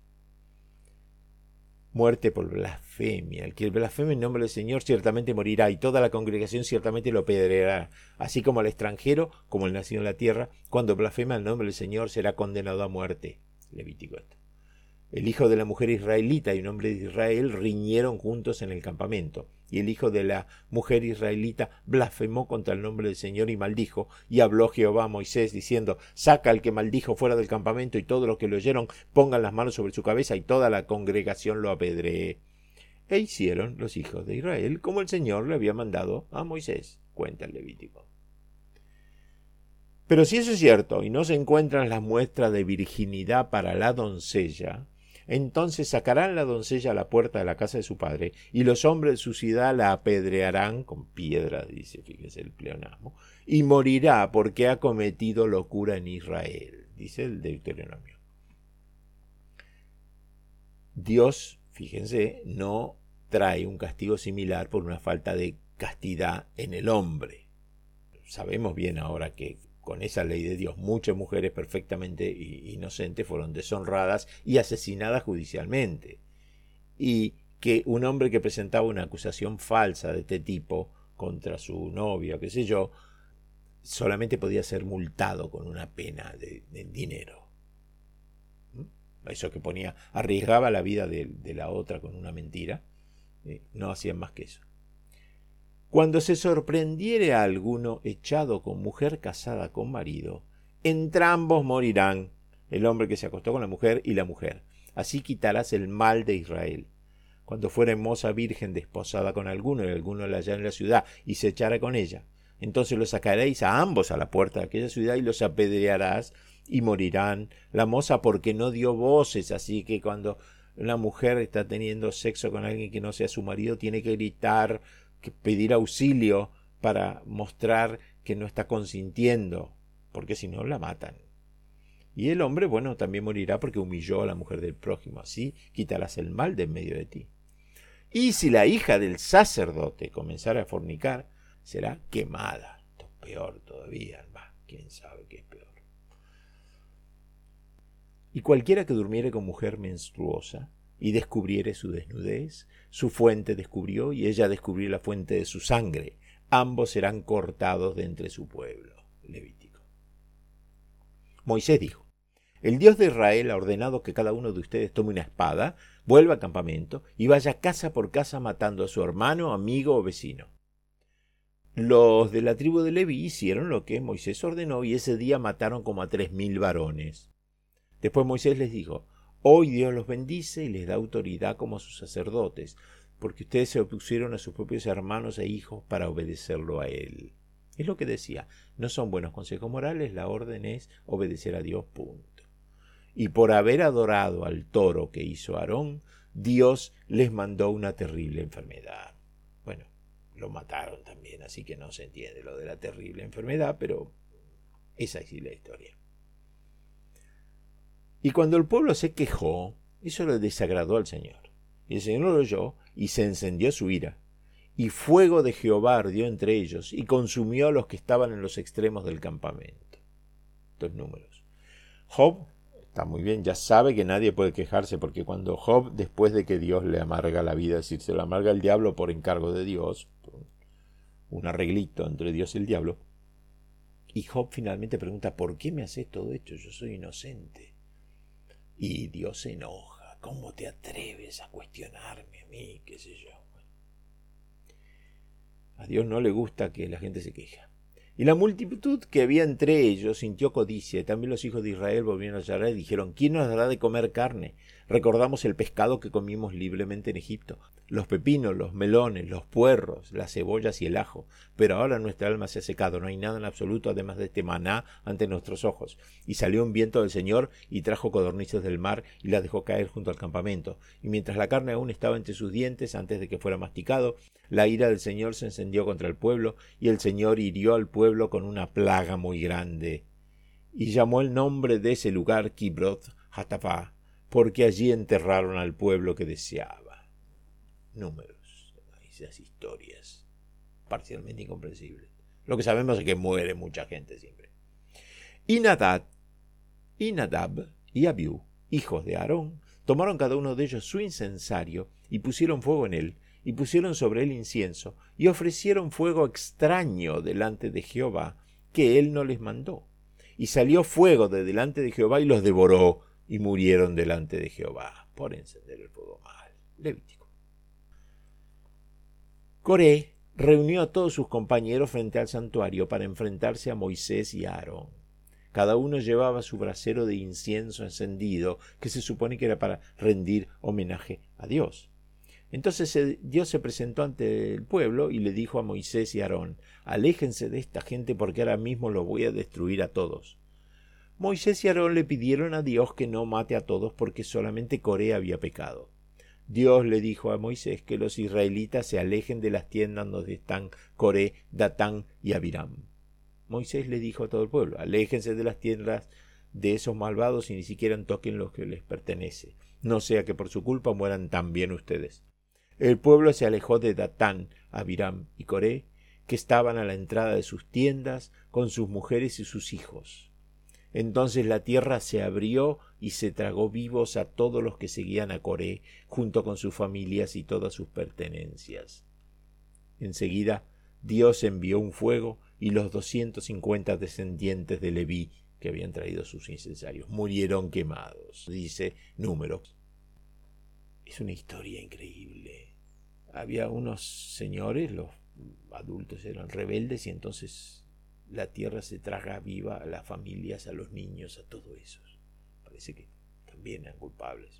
Muerte por blasfemia. El que blasfeme en nombre del Señor ciertamente morirá, y toda la congregación ciertamente lo apedreará, así como el extranjero, como el nacido en la tierra, cuando blasfema el nombre del Señor será condenado a muerte. Levítico esto. El hijo de la mujer israelita y un hombre de Israel riñeron juntos en el campamento, y el hijo de la mujer israelita blasfemó contra el nombre del Señor y maldijo, y habló Jehová a Moisés diciendo: saca al que maldijo fuera del campamento, y todos los que lo oyeron pongan las manos sobre su cabeza, y toda la congregación lo apedree. E hicieron los hijos de Israel como el Señor le había mandado a Moisés, cuenta el Levítico. Pero si eso es cierto y no se encuentran las muestras de virginidad para la doncella, entonces sacarán la doncella a la puerta de la casa de su padre, y los hombres de su ciudad la apedrearán con piedras, dice, fíjese el pleonasmo, y morirá porque ha cometido locura en Israel, dice el Deuteronomio. Dios, fíjense, no trae un castigo similar por una falta de castidad en el hombre. Sabemos bien ahora que con esa ley de Dios muchas mujeres perfectamente inocentes fueron deshonradas y asesinadas judicialmente, y que un hombre que presentaba una acusación falsa de este tipo contra su novia, qué sé yo, solamente podía ser multado con una pena de dinero. Eso que arriesgaba la vida de la otra con una mentira, no hacían más que eso. Cuando se sorprendiere a alguno echado con mujer casada con marido, entrambos morirán, el hombre que se acostó con la mujer y la mujer. Así quitarás el mal de Israel. Cuando fuere moza virgen desposada con alguno, y alguno la hallare en la ciudad y se echara con ella, entonces los sacaréis a ambos a la puerta de aquella ciudad y los apedrearás, y morirán la moza porque no dio voces. Así que cuando una mujer está teniendo sexo con alguien que no sea su marido, tiene que gritar, que pedir auxilio para mostrar que no está consintiendo, porque si no la matan. Y el hombre, bueno, también morirá porque humilló a la mujer del prójimo. Así quitarás el mal de en medio de ti. Y si la hija del sacerdote comenzara a fornicar, será quemada. Esto es peor todavía. quién sabe qué es peor. Y cualquiera que durmiere con mujer menstruosa y descubriere su desnudez, su fuente descubrió y ella descubrió la fuente de su sangre. Ambos serán cortados de entre su pueblo. Levítico. Moisés dijo: el Dios de Israel ha ordenado que cada uno de ustedes tome una espada, vuelva al campamento y vaya casa por casa matando a su hermano, amigo o vecino. Los de la tribu de Leví hicieron lo que Moisés ordenó y ese día mataron como a 3.000 varones. Después Moisés les dijo: hoy Dios los bendice y les da autoridad como a sus sacerdotes, porque ustedes se opusieron a sus propios hermanos e hijos para obedecerlo a él. Es lo que decía, no son buenos consejos morales, la orden es obedecer a Dios, punto. Y por haber adorado al toro que hizo Aarón, Dios les mandó una terrible enfermedad. Bueno, lo mataron también, así que no se entiende lo de la terrible enfermedad, pero esa es la historia. Y cuando el pueblo se quejó, eso le desagradó al Señor. Y el Señor lo oyó y se encendió su ira. Y fuego de Jehová ardió entre ellos y consumió a los que estaban en los extremos del campamento. Estos números. Job está muy bien, ya sabe que nadie puede quejarse, porque cuando Job, después de que Dios le amarga la vida, es decir, se lo amarga el diablo por encargo de Dios, un arreglito entre Dios y el diablo, y Job finalmente pregunta: ¿por qué me haces todo esto? Yo soy inocente. Y Dios se enoja: ¿cómo te atreves a cuestionarme a mí? ¿Qué sé yo? A Dios no le gusta que la gente se queja. Y la multitud que había entre ellos sintió codicia, y también los hijos de Israel volvieron a llorar y dijeron: ¿quién nos dará de comer carne? Recordamos el pescado que comimos libremente en Egipto, los pepinos, los melones, los puerros, las cebollas y el ajo. Pero ahora nuestra alma se ha secado, no hay nada en absoluto además de este maná ante nuestros ojos. Y salió un viento del Señor y trajo codornices del mar y las dejó caer junto al campamento. Y mientras la carne aún estaba entre sus dientes, antes de que fuera masticado, la ira del Señor se encendió contra el pueblo, y el Señor hirió al pueblo con una plaga muy grande. Y llamó el nombre de ese lugar Kibroth Hattaavah, porque allí enterraron al pueblo que deseaba. Números, esas historias parcialmente incomprensibles. Lo que sabemos es que muere mucha gente siempre. Y Nadab y Abiú, hijos de Aarón, tomaron cada uno de ellos su incensario y pusieron fuego en él, y pusieron sobre él incienso, y ofrecieron fuego extraño delante de Jehová, que él no les mandó. Y salió fuego de delante de Jehová y los devoró, y murieron delante de Jehová por encender el fuego mal. Levítico. Coré reunió a todos sus compañeros frente al santuario para enfrentarse a Moisés y a Aarón. Cada uno llevaba su brasero de incienso encendido, que se supone que era para rendir homenaje a Dios. Entonces Dios se presentó ante el pueblo y le dijo a Moisés y a Aarón: aléjense de esta gente, porque ahora mismo los voy a destruir a todos. Moisés y Aarón le pidieron a Dios que no mate a todos, porque solamente Coré había pecado. Dios le dijo a Moisés que los israelitas se alejen de las tiendas donde están Coré, Datán y Abiram. Moisés le dijo a todo el pueblo: aléjense de las tiendas de esos malvados y ni siquiera toquen lo que les pertenece, no sea que por su culpa mueran también ustedes. El pueblo se alejó de Datán, Abiram y Coré, que estaban a la entrada de sus tiendas con sus mujeres y sus hijos. Entonces la tierra se abrió y se tragó vivos a todos los que seguían a Coré, junto con sus familias y todas sus pertenencias. Enseguida Dios envió un fuego y los 250 descendientes de Leví que habían traído sus incensarios murieron quemados. Dice Números. Es una historia increíble. Había unos señores, los adultos eran rebeldes, y entonces la tierra se traga viva a las familias, a los niños, a todo eso. Parece que también eran culpables.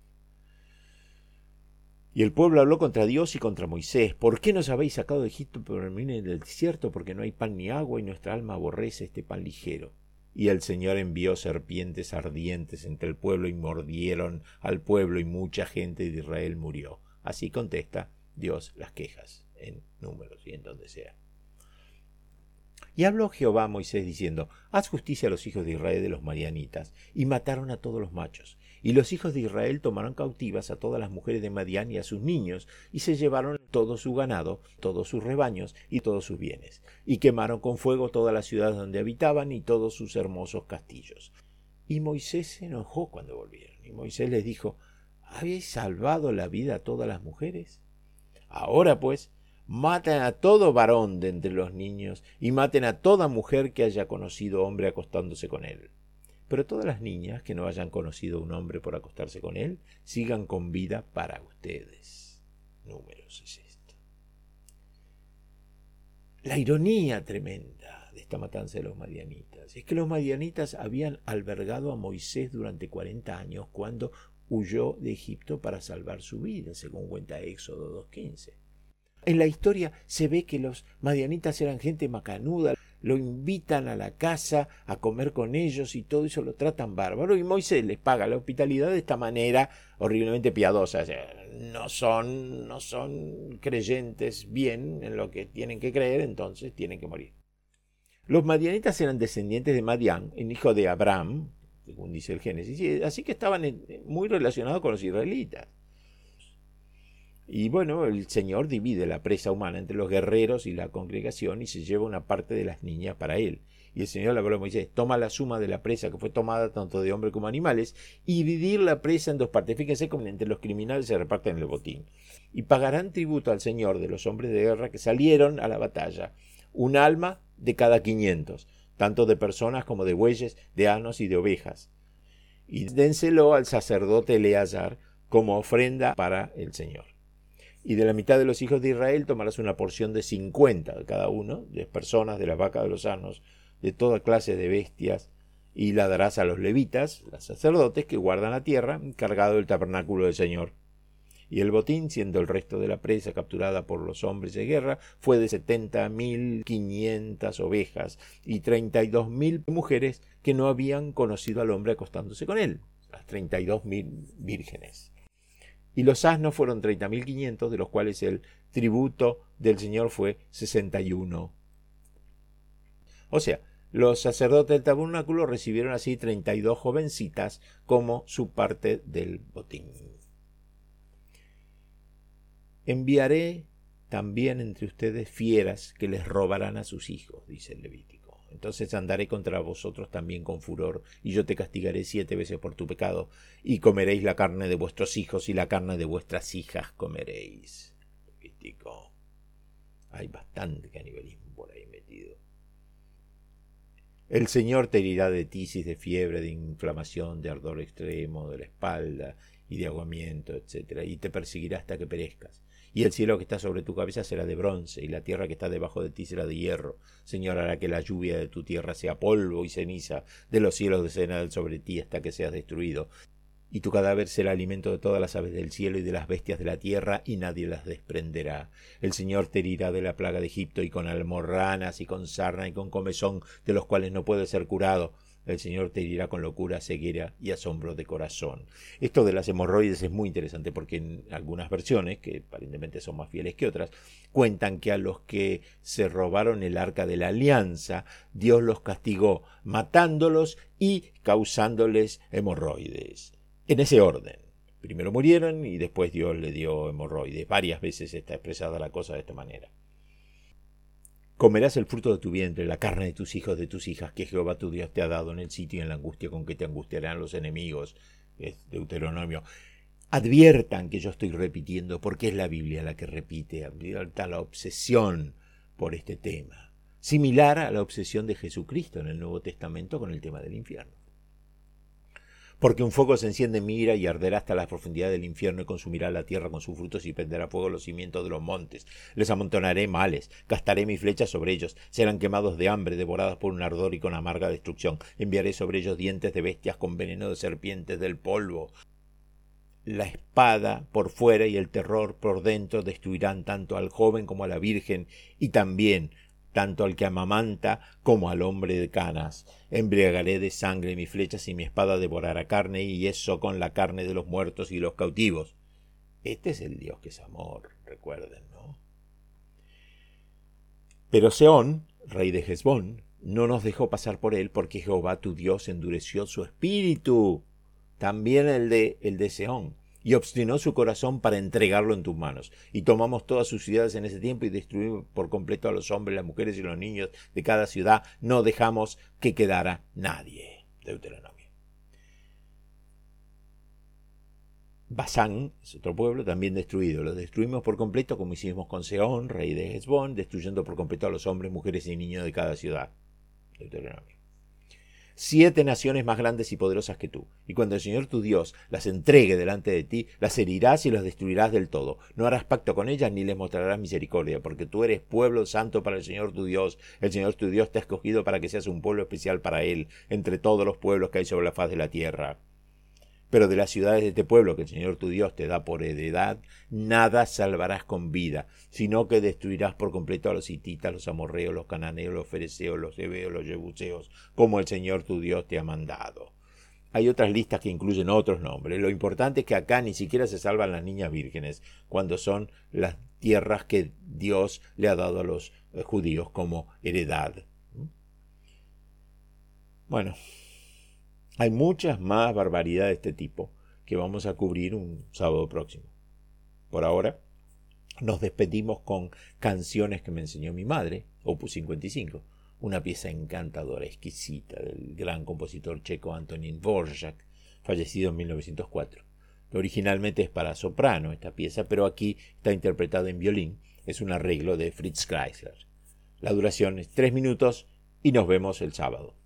Y el pueblo habló contra Dios y contra Moisés: ¿por qué nos habéis sacado de Egipto por el camino del desierto? Porque no hay pan ni agua, y nuestra alma aborrece este pan ligero. Y el Señor envió serpientes ardientes entre el pueblo y mordieron al pueblo, y mucha gente de Israel murió. Así contesta Dios las quejas en Números y en donde sea. Y habló Jehová a Moisés diciendo: haz justicia a los hijos de Israel de los madianitas. Y mataron a todos los machos. Y los hijos de Israel tomaron cautivas a todas las mujeres de Madián y a sus niños, y se llevaron todo su ganado, todos sus rebaños y todos sus bienes. Y quemaron con fuego todas las ciudades donde habitaban y todos sus hermosos castillos. Y Moisés se enojó cuando volvieron. Y Moisés les dijo: ¿habéis salvado la vida a todas las mujeres? Ahora pues, maten a todo varón de entre los niños, y maten a toda mujer que haya conocido hombre acostándose con él. Pero todas las niñas que no hayan conocido un hombre por acostarse con él, sigan con vida para ustedes. Números es esto. La ironía tremenda de esta matanza de los madianitas es que los madianitas habían albergado a Moisés durante 40 años cuando huyó de Egipto para salvar su vida, según cuenta Éxodo 2:15. En la historia se ve que los madianitas eran gente macanuda, lo invitan a la casa a comer con ellos y todo eso, lo tratan bárbaro, y Moisés les paga la hospitalidad de esta manera horriblemente piadosa. O sea, no son creyentes bien en lo que tienen que creer, entonces tienen que morir. Los madianitas eran descendientes de Madián, el hijo de Abraham, según dice el Génesis, así que estaban muy relacionados con los israelitas. Y bueno, el Señor divide la presa humana entre los guerreros y la congregación y se lleva una parte de las niñas para él. Y el Señor le habló a Moisés: toma la suma de la presa que fue tomada tanto de hombres como animales y dividir la presa en 2 partes. Fíjense cómo entre los criminales se reparten el botín. Y pagarán tributo al Señor de los hombres de guerra que salieron a la batalla, un alma de cada 500, tanto de personas como de bueyes, de asnos y de ovejas. Y dénselo al sacerdote Eleazar como ofrenda para el Señor. Y de la mitad de los hijos de Israel tomarás una porción de 50 de cada uno, de personas, de las vacas, de los asnos, de toda clase de bestias, y la darás a los levitas, los sacerdotes que guardan la tierra, encargado del tabernáculo del Señor. Y el botín, siendo el resto de la presa capturada por los hombres de guerra, fue de 70.500 ovejas y 32.000 mujeres que no habían conocido al hombre acostándose con él, las 32.000 vírgenes. Y los asnos fueron 30.500, de los cuales el tributo del Señor fue 61. O sea, los sacerdotes del tabernáculo recibieron así 32 jovencitas como su parte del botín. Enviaré también entre ustedes fieras que les robarán a sus hijos, dice el Levítico. Entonces andaré contra vosotros también con furor, y yo te castigaré 7 veces por tu pecado, y comeréis la carne de vuestros hijos, y la carne de vuestras hijas comeréis. Levítico. Hay bastante canibalismo por ahí metido. El Señor te herirá de tisis, de fiebre, de inflamación, de ardor extremo, de la espalda, y de aguamiento, etc. Y te perseguirá hasta que perezcas. Y el cielo que está sobre tu cabeza será de bronce, y la tierra que está debajo de ti será de hierro. Señor hará que la lluvia de tu tierra sea polvo y ceniza, de los cielos descenderá sobre ti hasta que seas destruido. Y tu cadáver será alimento de todas las aves del cielo y de las bestias de la tierra, y nadie las desprenderá. El Señor te herirá de la plaga de Egipto, y con almorranas, y con sarna, y con comezón, de los cuales no puede ser curado. El Señor te herirá con locura, ceguera y asombro de corazón. Esto de las hemorroides es muy interesante porque en algunas versiones, que aparentemente son más fieles que otras, cuentan que a los que se robaron el arca de la alianza, Dios los castigó matándolos y causándoles hemorroides. En ese orden. Primero murieron y después Dios le dio hemorroides. Varias veces está expresada la cosa de esta manera. Comerás el fruto de tu vientre, la carne de tus hijos, de tus hijas, que Jehová tu Dios te ha dado en el sitio y en la angustia con que te angustiarán los enemigos. Es Deuteronomio. Adviertan que yo estoy repitiendo, porque es la Biblia la que repite. Adviertan la obsesión por este tema. Similar a la obsesión de Jesucristo en el Nuevo Testamento con el tema del infierno. Porque un fuego se enciende en mi ira y arderá hasta la profundidad del infierno y consumirá la tierra con sus frutos y prenderá fuego los cimientos de los montes. Les amontonaré males, gastaré mis flechas sobre ellos, serán quemados de hambre, devorados por un ardor y con amarga destrucción. Enviaré sobre ellos dientes de bestias con veneno de serpientes del polvo. La espada por fuera y el terror por dentro destruirán tanto al joven como a la virgen y también tanto al que amamanta como al hombre de canas. Embriagaré de sangre mis flechas y mi espada devorará carne, y eso con la carne de los muertos y los cautivos. Este es el Dios que es amor, recuerden, ¿no? Pero Seón, rey de Hesbón, no nos dejó pasar por él porque Jehová tu Dios endureció su espíritu, también el de Sehón, y obstinó su corazón para entregarlo en tus manos. Y tomamos todas sus ciudades en ese tiempo y destruimos por completo a los hombres, las mujeres y los niños de cada ciudad. No dejamos que quedara nadie. Deuteronomio. Basán es otro pueblo también destruido. Lo destruimos por completo como hicimos con Sehón, rey de Hesbón, destruyendo por completo a los hombres, mujeres y niños de cada ciudad. Deuteronomio. 7 naciones más grandes y poderosas que tú, y cuando el Señor tu Dios las entregue delante de ti, las herirás y las destruirás del todo. No harás pacto con ellas ni les mostrarás misericordia, porque tú eres pueblo santo para el Señor tu Dios. El Señor tu Dios te ha escogido para que seas un pueblo especial para Él, entre todos los pueblos que hay sobre la faz de la tierra. Pero de las ciudades de este pueblo que el Señor tu Dios te da por heredad, nada salvarás con vida, sino que destruirás por completo a los hititas, los amorreos, los cananeos, los fereceos, los heveos, los jebuseos, como el Señor tu Dios te ha mandado. Hay otras listas que incluyen otros nombres. Lo importante es que acá ni siquiera se salvan las niñas vírgenes, cuando son las tierras que Dios le ha dado a los judíos como heredad. Bueno, hay muchas más barbaridades de este tipo que vamos a cubrir un sábado próximo. Por ahora, nos despedimos con Canciones que me enseñó mi madre, Opus 55, una pieza encantadora, exquisita, del gran compositor checo Antonín Dvořák, fallecido en 1904. Originalmente es para soprano esta pieza, pero aquí está interpretada en violín. Es un arreglo de Fritz Kreisler. La duración es 3 minutos y nos vemos el sábado.